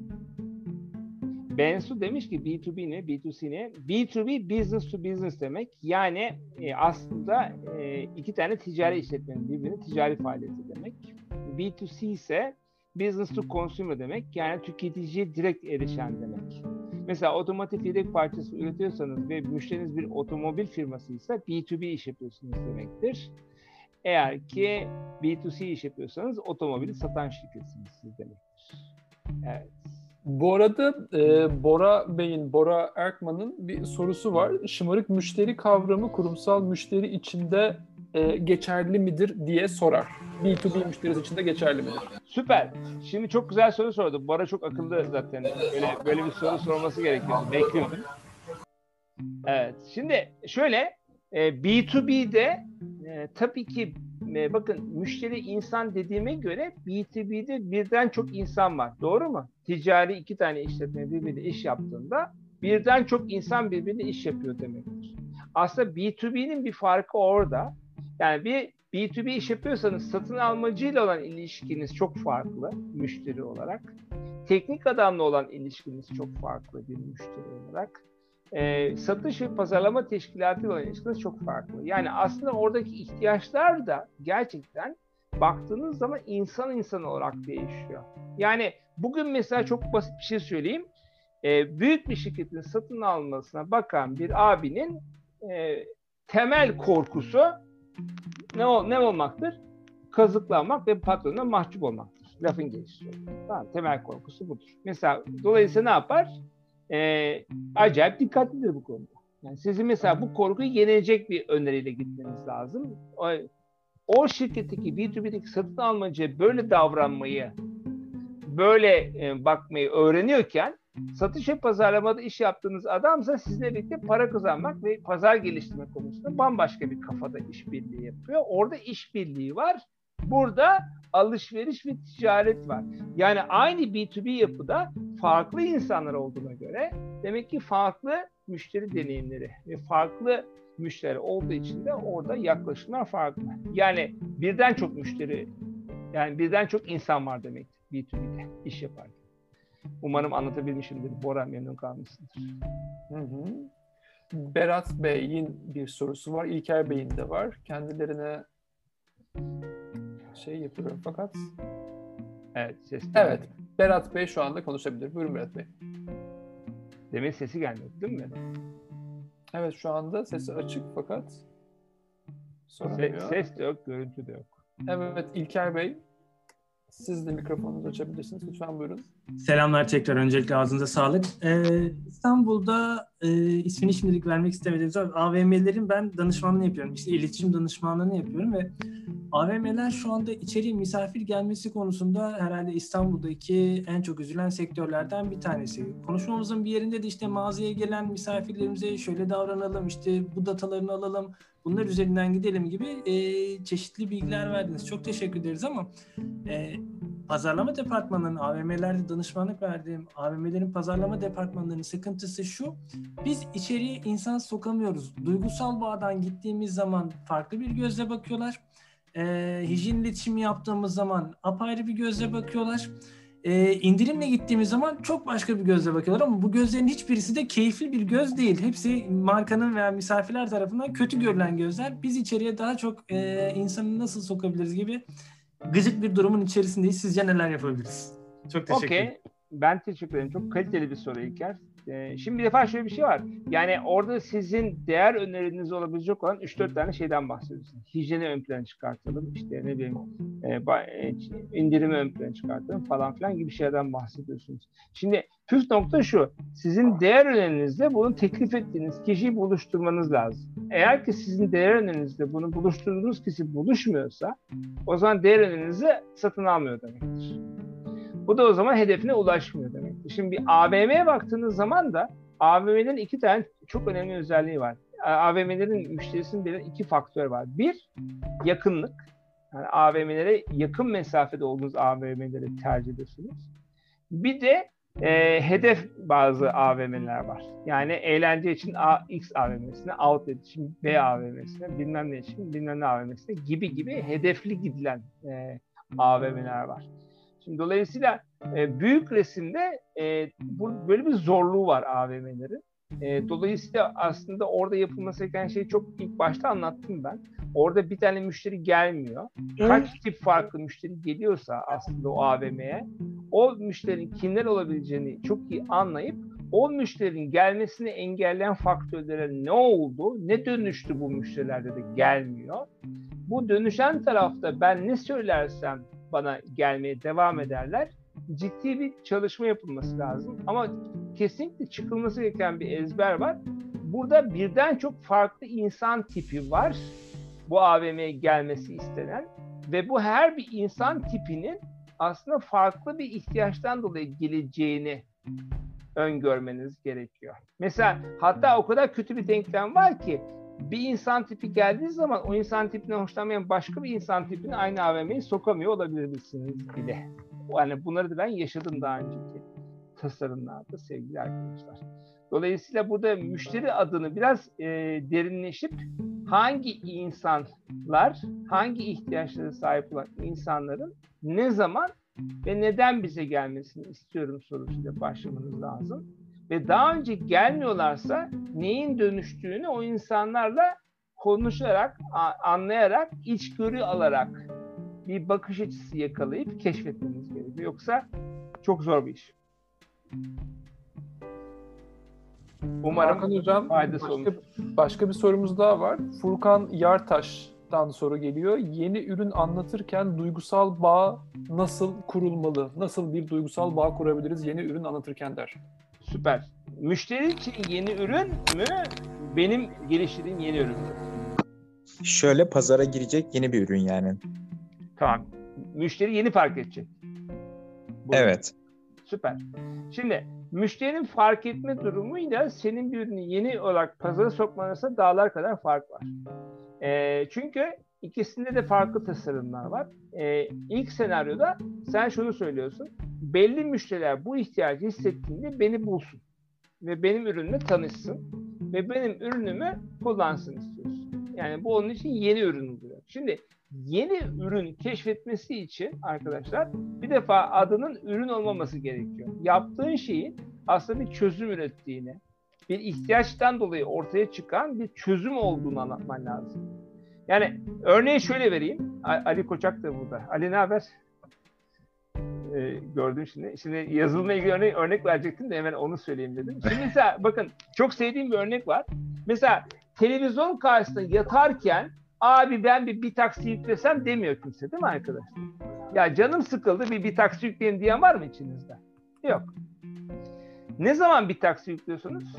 Bensu demiş ki B iki B ne, B iki C ne? B iki B business to business demek. Yani e, aslında e, iki tane ticari işletmenin birbirine ticari faaliyeti demek. B iki C ise business to consumer demek. Yani tüketiciye direkt erişen demek. Mesela otomotiv yedek parçası üretiyorsanız ve müşteriniz bir otomobil firmasıysa B iki B iş yapıyorsunuz demektir. Eğer ki B iki C iş yapıyorsanız otomobili satan şirketsiniz siz demektir. Evet. Bu arada e, Bora Bey'in, Bora Erkman'ın bir sorusu var. Şımarık müşteri kavramı kurumsal müşteri içinde e, geçerli midir diye sorar. B iki B müşterisi içinde geçerli midir? Süper. Şimdi çok güzel soru sordu. Bora çok akıllı zaten. Böyle, böyle bir soru sorması gerekiyor. Bekliyordum. Evet. Şimdi şöyle e, B iki B'de e, tabii ki e, bakın, müşteri insan dediğime göre B iki B'de birden çok insan var. Doğru mu? Ticari iki tane işletme birbiriyle iş yaptığında birden çok insan birbiriyle iş yapıyor demektir. Aslında B iki B'nin bir farkı orada. Yani bir B iki B iş yapıyorsanız satın almacıyla olan ilişkiniz çok farklı müşteri olarak. Teknik adamla olan ilişkiniz çok farklı bir müşteri olarak. e, satış ve pazarlama teşkilatı olan ilişkisi çok farklı. Yani aslında oradaki ihtiyaçlar da gerçekten baktığınız zaman insan insan olarak değişiyor. Yani bugün mesela çok basit bir şey söyleyeyim. E, büyük bir şirketin satın almasına bakan bir abinin e, temel korkusu ne, ol, ne olmaktır? Kazıklanmak ve patronuna mahcup olmaktır. Lafın gelişi. Tamam, temel korkusu budur. Mesela dolayısıyla ne yapar? Ee, acayip dikkatlidir bu konuda. Yani sizin mesela bu korkuyu yenecek bir öneriyle gitmeniz lazım. O, o şirketteki B iki B'deki satın almacıya böyle davranmayı, böyle e, bakmayı öğreniyorken satış ve pazarlamada iş yaptığınız adamsa sizinle birlikte para kazanmak ve pazar geliştirme konusunda bambaşka bir kafada işbirliği yapıyor. Orada işbirliği var. Burada alışveriş ve ticaret var. Yani aynı B iki B yapıda farklı insanlar olduğuna göre demek ki farklı müşteri deneyimleri ve farklı müşteri olduğu için de orada yaklaşımlar farklı. Yani birden çok müşteri, yani birden çok insan var demektir B iki B'de iş yaparken. Umarım anlatabilmişimdir. Bora, memnun kalmışsındır. Hı hı. Berat Bey'in bir sorusu var. İlker Bey'in de var. Kendilerine şey yapıyorum fakat. Evet, ses. Evet. Berat Bey şu anda konuşabilir. Buyurun Berat Bey. Demin sesi gelmedi değil mi? Evet, şu anda sesi açık fakat Se- ses de yok, görüntü de yok. Evet, İlker Bey, siz de mikrofonunuzu açabilirsiniz. Lütfen buyurun. Selamlar tekrar. Öncelikle ağzınıza sağlık. Ee, İstanbul'da e, ismini şimdilik vermek istemediğimiz A V M'lerin ben danışmanlığını yapıyorum. İşte iletişim danışmanlığını yapıyorum ve A V M'ler şu anda içeriye misafir gelmesi konusunda herhalde İstanbul'daki en çok üzülen sektörlerden bir tanesi. Konuşmamızın bir yerinde de işte mağazaya gelen misafirlerimize şöyle davranalım, işte bu datalarını alalım, bunlar üzerinden gidelim gibi e, çeşitli bilgiler verdiniz. Çok teşekkür ederiz ama e, pazarlama departmanının, A V M'lerde danışmanlık verdiğim A V M'lerin pazarlama departmanlarının sıkıntısı şu: biz içeriye insan sokamıyoruz. Duygusal bağdan gittiğimiz zaman farklı bir gözle bakıyorlar. E, hijyen iletişimi yaptığımız zaman apayrı bir gözle bakıyorlar. E, indirimle gittiğimiz zaman çok başka bir gözle bakıyorlar ama bu gözlerin hiçbirisi de keyifli bir göz değil. Hepsi markanın veya misafirler tarafından kötü görülen gözler. Biz içeriye daha çok e, insanı nasıl sokabiliriz gibi gıcık bir durumun içerisindeyiz. Sizce neler yapabiliriz? Çok teşekkür ederim. Okay. Ben teşekkür ederim. Çok kaliteli bir soru İlker. Ee, şimdi bir defa şöyle bir şey var. Yani orada sizin değer öneriniz olabilecek olan üç dört tane şeyden bahsediyorsunuz. Hijyeni ön plana çıkartalım, işte ne bileyim e, indirimi ön plana çıkartalım falan filan gibi şeylerden bahsediyorsunuz. Şimdi püf nokta şu: sizin değer önerinizde bunu teklif ettiğiniz kişiyi buluşturmanız lazım. Eğer ki sizin değer önerinizde bunu buluşturduğunuz kişi buluşmuyorsa o zaman değer önerinizi satın almıyor demektir. Bu da o zaman hedefine ulaşmıyor demektir. Şimdi bir A V M'ye baktığınız zaman da A V M'lerin iki tane çok önemli özelliği var. A V M'lerin müşterisinin belirli iki faktör var. Bir, yakınlık. Yani A V M'lere yakın mesafede olduğunuz A V M'leri tercih ediyorsunuz. Bir de e, hedef bazı A V M'ler var. Yani eğlence için A, X A V M'sine, outlet için B A V M'sine, bilmem ne için bilmem ne A V M'sine gibi gibi hedefli gidilen e, A V M'ler var. Şimdi dolayısıyla e, büyük resimde e, bu, böyle bir zorluğu var A V M'lerin. E, dolayısıyla aslında orada yapılması gereken şeyi çok ilk başta anlattım ben. Orada bir tane müşteri gelmiyor. Kaç tip farklı müşteri geliyorsa aslında o A V M'ye, o müşterinin kimler olabileceğini çok iyi anlayıp o müşterinin gelmesini engelleyen faktörlere ne oldu, ne dönüştü bu müşterilerde de gelmiyor. Bu dönüşen tarafta ben ne söylersem bana gelmeye devam ederler. Ciddi bir çalışma yapılması lazım. Ama kesinlikle çıkılması gereken bir ezber var. Burada birden çok farklı insan tipi var. Bu A V M'ye gelmesi istenen. Ve bu her bir insan tipinin aslında farklı bir ihtiyaçtan dolayı geleceğini öngörmeniz gerekiyor. Mesela hatta o kadar kötü bir denklem var ki bir insan tipi geldiği zaman o insan tipinden hoşlanmayan başka bir insan tipini aynı A V M'ye sokamıyor olabilirsiniz bile. Yani bunları da ben yaşadım daha önceki tasarımlarda sevgili arkadaşlar. Dolayısıyla burada müşteri adını biraz e, derinleşip hangi insanlar, hangi ihtiyaçlara sahip olan insanların ne zaman ve neden bize gelmesini istiyorum sorusuyla başlamanız lazım. ve daha önce gelmiyorlarsa neyin dönüştüğünü o insanlarla konuşarak, anlayarak, içgörü alarak bir bakış açısı yakalayıp keşfetmeniz gerekiyor. Yoksa çok zor bir iş. Umarım Hakan Hocam, faydası başka, olur. başka bir sorumuz daha var. Furkan Yartaş'tan soru geliyor. Yeni ürün anlatırken duygusal bağ nasıl kurulmalı? Nasıl bir duygusal bağ kurabiliriz yeni ürün anlatırken der. Süper. Müşteri için yeni ürün mü? Benim geliştirdiğim yeni ürün mü? Şöyle pazara girecek yeni bir ürün yani. Tamam. Müşteri yeni fark edecek. Bu Evet. Süper. Şimdi müşterinin fark etme durumuyla senin bir ürünü yeni olarak pazara sokman arasında dağlar kadar fark var. E, çünkü ikisinde de farklı tasarımlar var. E, ilk senaryoda sen şunu söylüyorsun. Belli müşteriler bu ihtiyacı hissettiğinde beni bulsun. Ve benim ürünümle tanışsın. Ve benim ürünümü kullansın istiyorsun. Yani bu onun için yeni ürün oluyor. Şimdi yeni ürün keşfetmesi için arkadaşlar bir defa adının ürün olmaması gerekiyor. Yaptığın şeyin aslında bir çözüm ürettiğini, bir ihtiyaçtan dolayı ortaya çıkan bir çözüm olduğunu anlatman lazım. Yani örneği şöyle vereyim. Ali Koçak da burada. Ali ne haber? Ee, gördüm şimdi. Şimdi yazılımla ilgili örnek, örnek verecektim de hemen onu söyleyeyim dedim. Şimdi mesela bakın çok sevdiğim bir örnek var. Mesela televizyon karşısında yatarken abi ben bir Bitaksi yüklesem demiyor kimse değil mi arkadaşlar? Ya canım sıkıldı bir Bitaksi yükleyeyim diyen var mı içinizde? Yok. Ne zaman Bitaksi yüklüyorsunuz?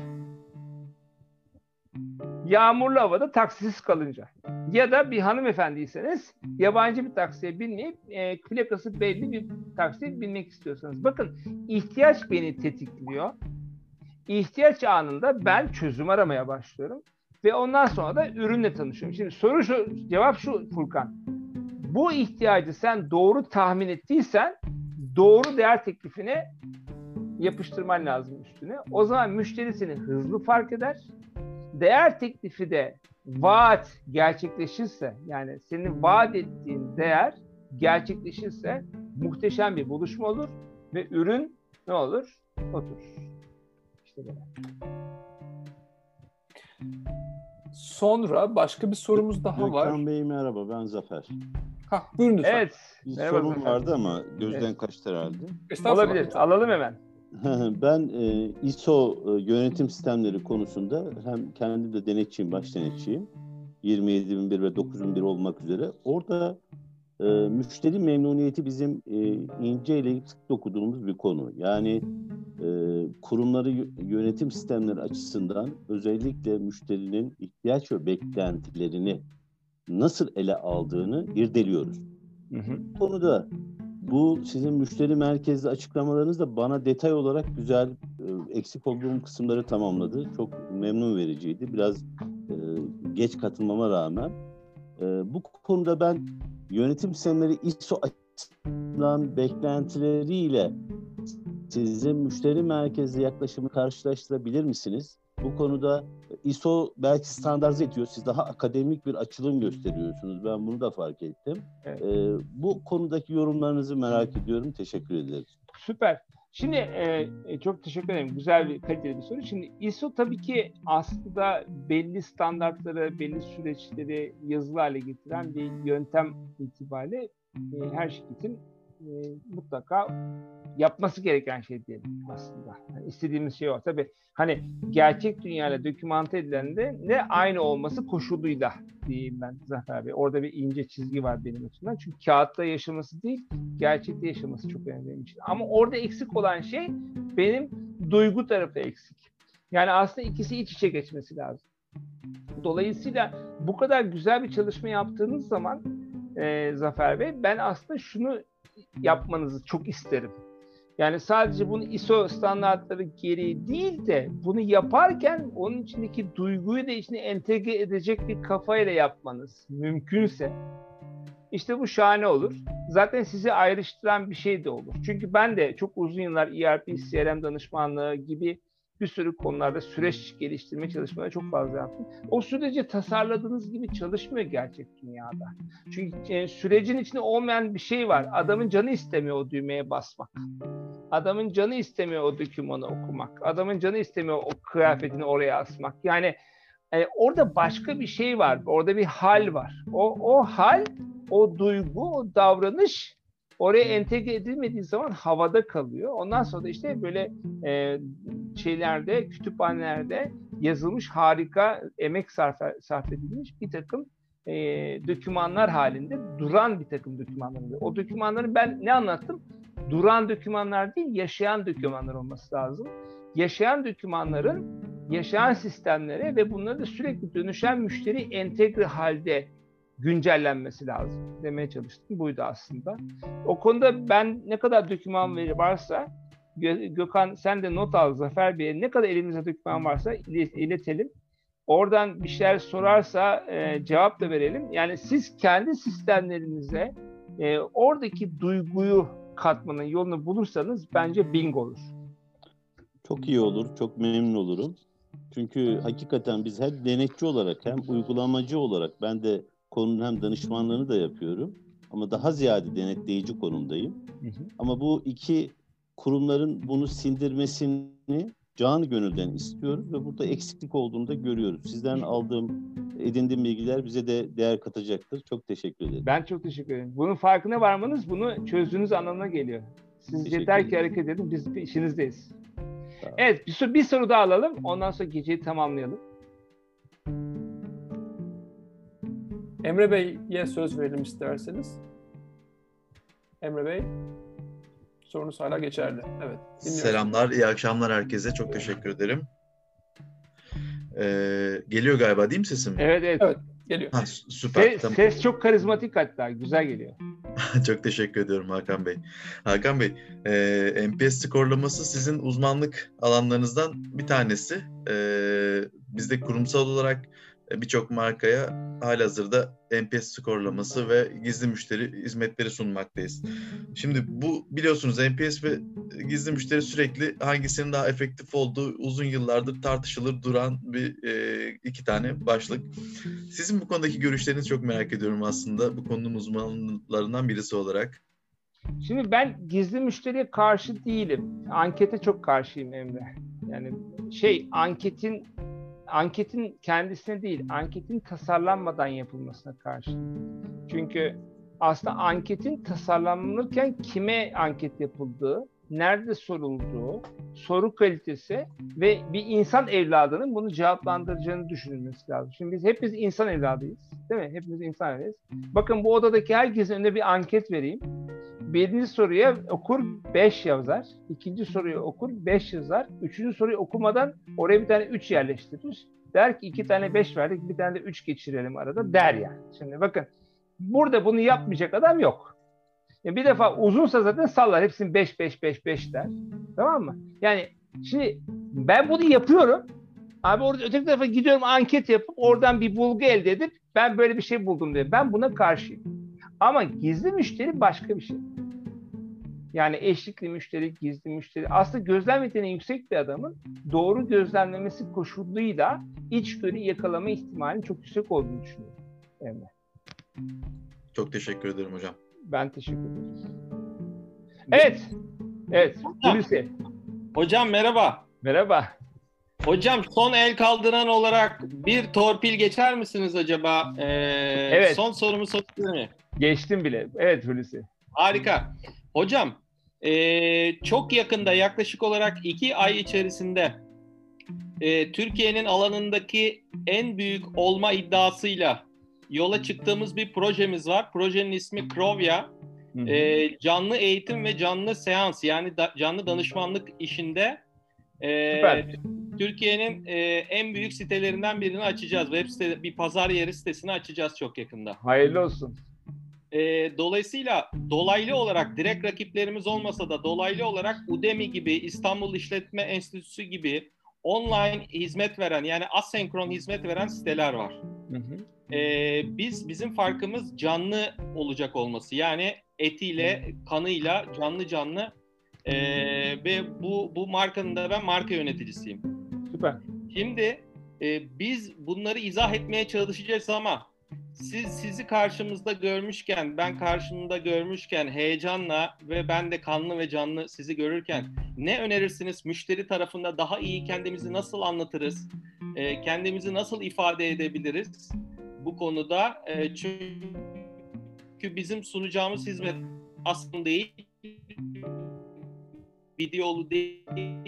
Yağmurlu havada taksisiz kalınca. Ya da bir hanımefendiyseniz yabancı bir taksiye binmeyip e, plakası belli bir taksiye binmek istiyorsanız. Bakın ihtiyaç beni tetikliyor. İhtiyaç anında ben çözüm aramaya başlıyorum. Ve ondan sonra da ürünle tanışıyorum. Şimdi soru şu, cevap şu Furkan. Bu ihtiyacı sen doğru tahmin ettiysen doğru değer teklifini yapıştırman lazım üstüne. O zaman müşteri seni hızlı fark eder. Değer teklifi de vaat gerçekleşirse, yani senin vaat ettiğin değer gerçekleşirse muhteşem bir buluşma olur ve ürün ne olur? Oturur. İşte böyle. Sonra başka bir sorumuz daha var. Gökhan Bey merhaba, ben Zafer. Hah, buyurun lütfen. Evet. Bir Merhaba sorun Zafer. vardı ama gözden Evet. kaçtı herhalde. Olabilir. Alalım hemen. Ben e, I S O e, yönetim sistemleri konusunda hem kendim de denetçiyim, baş denetçiyim. yirmi yedi bin bir ve dokuz bin bir olmak üzere. Orada e, müşteri memnuniyeti bizim e, ince ile sık dokuduğumuz bir konu. Yani e, kurumları yönetim sistemleri açısından özellikle müşterinin ihtiyaç ve beklentilerini nasıl ele aldığını irdeliyoruz. Hı hı. Bu konuda bu sizin müşteri merkezli açıklamalarınız da bana detay olarak güzel, e, eksik olduğum kısımları tamamladı. Çok memnun vericiydi. Biraz e, geç katılmama rağmen. E, bu konuda ben yönetim sistemleri I S O açısından beklentileriyle sizin müşteri merkezli yaklaşımı karşılaştırabilir misiniz? Bu konuda I S O belki standartize ediyor. Siz daha akademik bir açılım gösteriyorsunuz. Ben bunu da fark ettim. Evet. Ee, bu konudaki yorumlarınızı merak ediyorum. Teşekkür ederim. Süper. Şimdi e, çok teşekkür ederim. Güzel bir kaliteli bir soru. Şimdi I S O tabii ki aslında belli standartları, belli süreçleri yazılı hale getiren bir yöntem itibariyle e, her şirketin e, mutlaka yapması gereken şey diyelim aslında. Yani istediğimiz şey o. Tabii hani gerçek dünyayla dokümante edilen de ne aynı olması koşuluyla diyeyim ben Zafer Bey. Orada bir ince çizgi var benim açımdan. Çünkü kağıtta yaşaması değil, gerçekte yaşaması çok önemli benim için. Ama orada eksik olan şey benim duygu tarafı eksik. Yani aslında ikisi iç içe geçmesi lazım. Dolayısıyla bu kadar güzel bir çalışma yaptığınız zaman e, Zafer Bey, ben aslında şunu yapmanızı çok isterim. Yani sadece bunu I S O standartları gereği değil de bunu yaparken onun içindeki duyguyu da içine entegre edecek bir kafayla yapmanız mümkünse işte bu şahane olur. Zaten sizi ayrıştıran bir şey de olur. Çünkü ben de çok uzun yıllar E R P, C R M danışmanlığı gibi bir sürü konularda süreç geliştirme çalışmaları çok fazla yaptım. O süreci tasarladığınız gibi çalışmıyor gerçek dünyada. Çünkü e, sürecin içinde olmayan bir şey var. Adamın canı istemiyor o düğmeye basmak. Adamın canı istemiyor o dokümanı okumak. Adamın canı istemiyor o kıyafetini oraya asmak. Yani e, orada başka bir şey var. Orada bir hal var. O, o hal, o duygu, o davranış oraya entegre edilmediği zaman havada kalıyor. Ondan sonra da işte böyle e, şeylerde, kütüphanelerde yazılmış harika emek sarf, sarf edilmiş bir takım e, dokümanlar halinde duran bir takım dokümanlar oluyor. O dokümanları ben ne anlattım? Duran dokümanlar değil, yaşayan dokümanlar olması lazım. Yaşayan dokümanların yaşayan sistemlere ve bunları da sürekli dönüşen müşteri entegre halde güncellenmesi lazım demeye çalıştım. Buydu aslında. O konuda ben ne kadar doküman veri varsa, Gökhan sen de not al, Zafer Bey'e ne kadar elimizde doküman varsa iletelim. Oradan bir şeyler sorarsa e, cevap da verelim. Yani siz kendi sistemlerinize e, oradaki duyguyu katmanın yolunu bulursanız bence bingo olur. Çok iyi olur, çok memnun olurum. Çünkü hakikaten biz hem denetçi olarak hem uygulamacı olarak, ben de konunun hem danışmanlığını da yapıyorum. Ama daha ziyade denetleyici konumdayım. Hı hı. Ama bu iki kurumların bunu sindirmesini canı gönülden istiyoruz ve burada eksiklik olduğunu da görüyoruz. Sizden aldığım, edindiğim bilgiler bize de değer katacaktır. Çok teşekkür ederim. Ben çok teşekkür ederim. Bunun farkına varmanız bunu çözdüğünüz anlamına geliyor. Siz yeter ki hareket edin, biz işinizdeyiz. Evet, bir soru, bir soru daha alalım. Ondan sonra geceyi tamamlayalım. Emre Bey'e söz verelim isterseniz. Emre Bey, sorunuz hala geçerli. Evet. Selamlar, iyi akşamlar herkese. Çok teşekkür ederim. Ee, geliyor galiba değil mi sesim? Evet, evet. Evet, geliyor. Ha, süper. Ses, tamam. ses çok karizmatik hatta, güzel geliyor. Çok teşekkür ediyorum Hakan Bey. Hakan Bey, e, N P S skorlaması sizin uzmanlık alanlarınızdan bir tanesi. E, biz de kurumsal olarak birçok markaya halihazırda N P S skorlaması ve gizli müşteri hizmetleri sunmaktayız. Şimdi bu biliyorsunuz N P S ve gizli müşteri sürekli hangisinin daha efektif olduğu uzun yıllardır tartışılır duran bir e, iki tane başlık. Sizin bu konudaki görüşlerinizi çok merak ediyorum aslında bu konunun uzmanlarından birisi olarak. Şimdi ben gizli müşteriye karşı değilim. Ankete çok karşıyım Emre. Yani şey anketin Anketin kendisine değil, anketin tasarlanmadan yapılmasına karşı. Çünkü aslında anketin tasarlanırken kime anket yapıldığı, nerede sorulduğu, soru kalitesi ve bir insan evladının bunu cevaplandıracağını düşünülmesi lazım. Şimdi biz hepimiz insan evladıyız, değil mi? Hepimiz insan evladıyız. Bakın bu odadaki herkesin önüne bir anket vereyim. Birinci soruya okur beş yazar, ikinci soruyu okur beş yazar, üçüncü soruyu okumadan oraya bir tane üç yerleştirir. Der ki iki tane beş verdik, bir tane de üç geçirelim arada der yani. Şimdi bakın burada bunu yapmayacak adam yok. Yani bir defa uzunsa zaten sallar hepsini beş beş beş beş der. Tamam mı? Yani şimdi ben bunu yapıyorum. Abi orada öteki tarafa gidiyorum anket yapıp oradan bir bulgu elde edip ben böyle bir şey buldum diye. Ben buna karşıyım. Ama gizli müşteri başka bir şey. Yani eşlikli müşteri, gizli müşteri. Aslında gözlem yeteneği yüksek bir adamın doğru gözlemlemesi koşuluyla içgörü yakalama ihtimalinin çok yüksek olduğunu düşünüyorum. Emre. Çok teşekkür ederim hocam. Ben teşekkür ederim. Evet. Evet. Hulusi. Hocam merhaba. Merhaba. Hocam son el kaldıran olarak bir torpil geçer misiniz acaba? Ee, evet. Son sorumu sorabilir miyim? Geçtim bile. Evet Hulusi. Harika. Hocam e, çok yakında yaklaşık olarak iki ay içerisinde e, Türkiye'nin alanındaki en büyük olma iddiasıyla yola çıktığımız bir projemiz var. Projenin ismi Krovya. E, canlı eğitim ve canlı seans yani da, canlı danışmanlık işinde e, Türkiye'nin e, en büyük sitelerinden birini açacağız. Web site, bir pazar yeri sitesini açacağız çok yakında. Hayırlı olsun. E, dolayısıyla dolaylı olarak direkt rakiplerimiz olmasa da dolaylı olarak Udemy gibi, İstanbul İşletme Enstitüsü gibi online hizmet veren yani asenkron hizmet veren siteler var. Hı hı. E, biz bizim farkımız canlı olacak olması yani etiyle, kanıyla canlı canlı Ee, ve bu bu markanın da ben marka yöneticisiyim. Süper. Şimdi e, biz bunları izah etmeye çalışacağız ama siz sizi karşımızda görmüşken, ben karşımda görmüşken heyecanla ve ben de kanlı ve canlı sizi görürken ne önerirsiniz? Müşteri tarafında daha iyi kendimizi nasıl anlatırız? E, kendimizi nasıl ifade edebiliriz? Bu konuda e, çünkü bizim sunacağımız hizmet aslında değil, videolu değil,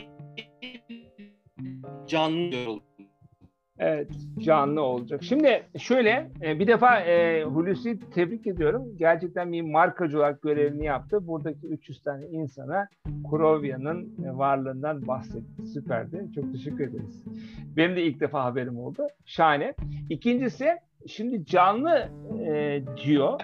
canlı olacak. Evet, canlı olacak. Şimdi şöyle, bir defa e, Hulusi'yi tebrik ediyorum. Gerçekten bir markacı olarak görevini yaptı. Buradaki üç yüz tane insana Kurovya'nın varlığından bahsetti. Süperdi. Çok teşekkür ederiz. Benim de ilk defa haberim oldu. Şahane. İkincisi, şimdi canlı e, diyor.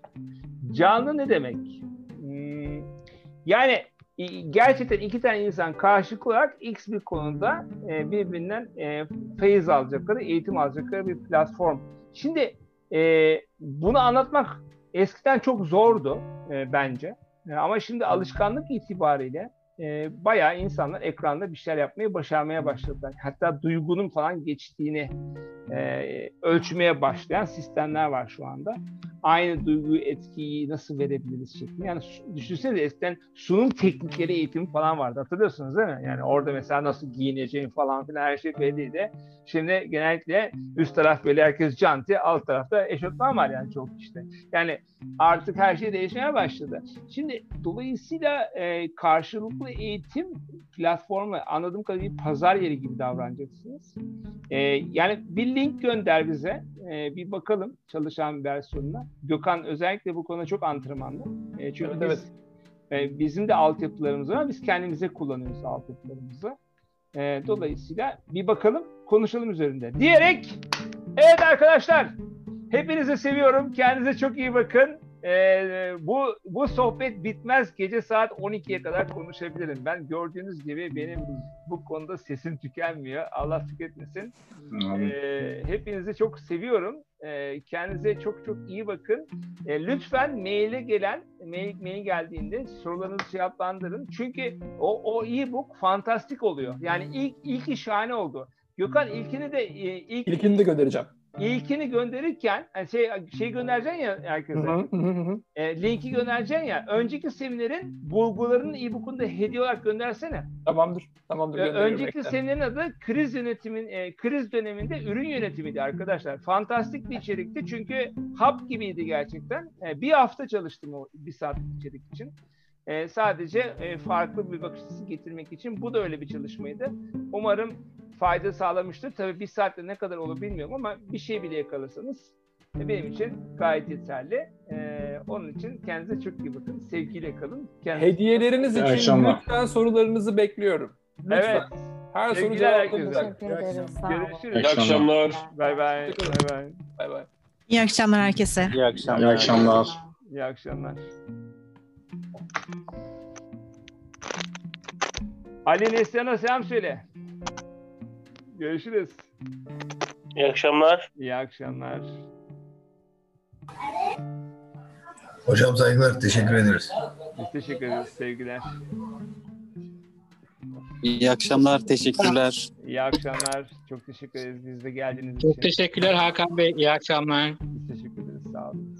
Canlı ne demek? Hmm, yani gerçekten iki tane insan karşılıklı olarak X bir konuda e, birbirinden e, feyiz alacakları, eğitim alacakları bir platform. Şimdi e, bunu anlatmak eskiden çok zordu e, bence. E, ama şimdi alışkanlık itibariyle e, bayağı insanlar ekranda bir şeyler yapmayı başarmaya başladılar. Hatta duygunun falan geçtiğini e, ölçmeye başlayan sistemler var şu anda. Aynı duyguyu, etkiyi nasıl verebiliriz şeklinde. Yani düşünsenize eskiden sunum teknikleri eğitimi falan vardı. Hatırlıyorsunuz değil mi? Yani orada mesela nasıl giyineceğin falan filan her şey belliydi. Şimdi genellikle üst taraf böyle herkes canti, alt tarafta eşofman var yani çok işte. Yani artık her şey değişmeye başladı. Şimdi dolayısıyla e, karşılıklı eğitim platformu anladığım kadarıyla bir pazar yeri gibi davranacaksınız. E, yani bir link gönder bize. E, bir bakalım çalışan versiyonuna. Gökhan özellikle bu konuda çok antrenmanlı. E, çünkü evet, biz, evet. E, bizim de altyapılarımız var. Biz kendimize kullanıyoruz altyapılarımızı. E, dolayısıyla bir bakalım, konuşalım üzerinde. Diyerek, evet arkadaşlar, hepinizi seviyorum. Kendinize çok iyi bakın. Ee, bu bu sohbet bitmez. Gece saat on ikiye kadar konuşabilirim. Ben gördüğünüz gibi benim bu konuda sesim tükenmiyor. Allah tüketmesin. Ee, hepinizi çok seviyorum. Ee, kendinize çok çok iyi bakın. Ee, lütfen maile gelen mail, mail geldiğinde sorularınızı cevaplandırın. Çünkü o o e-book fantastik oluyor. Yani ilk ilk şahane oldu. Gökhan ilkini de ilk ilkini de göndereceğim. İlkini gönderirken şey şey göndereceksin ya herkese. e, linki göndereceksin ya. Önceki seminerin bulgularının e-book'unu da hediye olarak göndersene. Tamamdır. Tamamdır. E, önceki seminerin adı kriz yönetimin e, kriz döneminde ürün yönetimiydi arkadaşlar. Fantastik bir içerikti çünkü hap gibiydi gerçekten. E, bir hafta çalıştım o bir saatlik içerik için. E, sadece e, farklı bir bakış açısı getirmek için. Bu da öyle bir çalışmaydı. Umarım fayda sağlamıştır. Tabii bir saatte ne kadar olur bilmiyorum ama bir şey bile yakalarsanız benim için gayet yeterli. Ee, onun için kendinize çok iyi bakın. Sevgiyle kalın. Kendinize... Hediyeleriniz için akşamlar. Lütfen sorularınızı bekliyorum. Lütfen. Evet. Her soru cevaplanacak. Görüşürüz. İyi akşamlar. Bay bay. Bay bay. Bay bay. İyi akşamlar herkese. İyi akşamlar. İyi akşamlar. İyi akşamlar. Ali Neslihan'a selam söyle. Görüşürüz. İyi akşamlar. İyi akşamlar. Hocam saygılar. Teşekkür ederiz. Biz teşekkür ederiz. Sevgiler. İyi akşamlar. Teşekkürler. İyi akşamlar. Çok teşekkür ederiz. Biz de geldiğiniz Çok için. teşekkürler Hakan Bey. İyi akşamlar. Biz teşekkür ederiz. Sağ olun.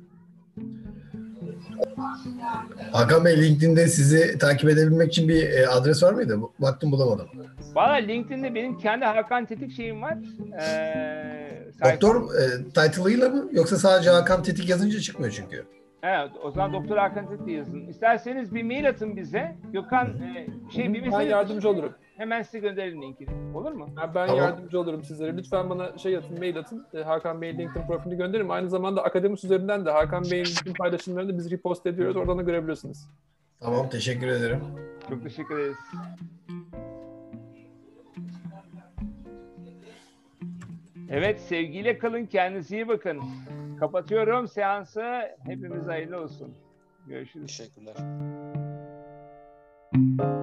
Hakan Bey, LinkedIn'de sizi takip edebilmek için bir e, adres var mıydı? Baktım bulamadım. Valla LinkedIn'de benim kendi Hakan Tetik şeyim var. Ee, Doktor e, title'ıyla mı? Yoksa sadece Hakan Tetik yazınca çıkmıyor çünkü. Evet, o zaman Doktor Hakan Tetik yazın. İsterseniz bir mail atın bize. Gökhan e, şey bir Ben mesaj yardımcı olurum. Hemen size gönderelim linkini. Olur mu? Ben, ben Tamam. yardımcı olurum sizlere. Lütfen bana şey atın, mail atın. E, Hakan Bey'in LinkedIn profilini gönderin. Aynı zamanda Akademis üzerinden de Hakan Bey'in bütün paylaşımlarını biz repost ediyoruz. Oradan da görebilirsiniz. Tamam, teşekkür ederim. Çok teşekkür ederiz. Evet, sevgiyle kalın. Kendinize iyi bakın. Kapatıyorum seansı. Hepimiz hayırlı olsun. Görüşürüz. Teşekkürler.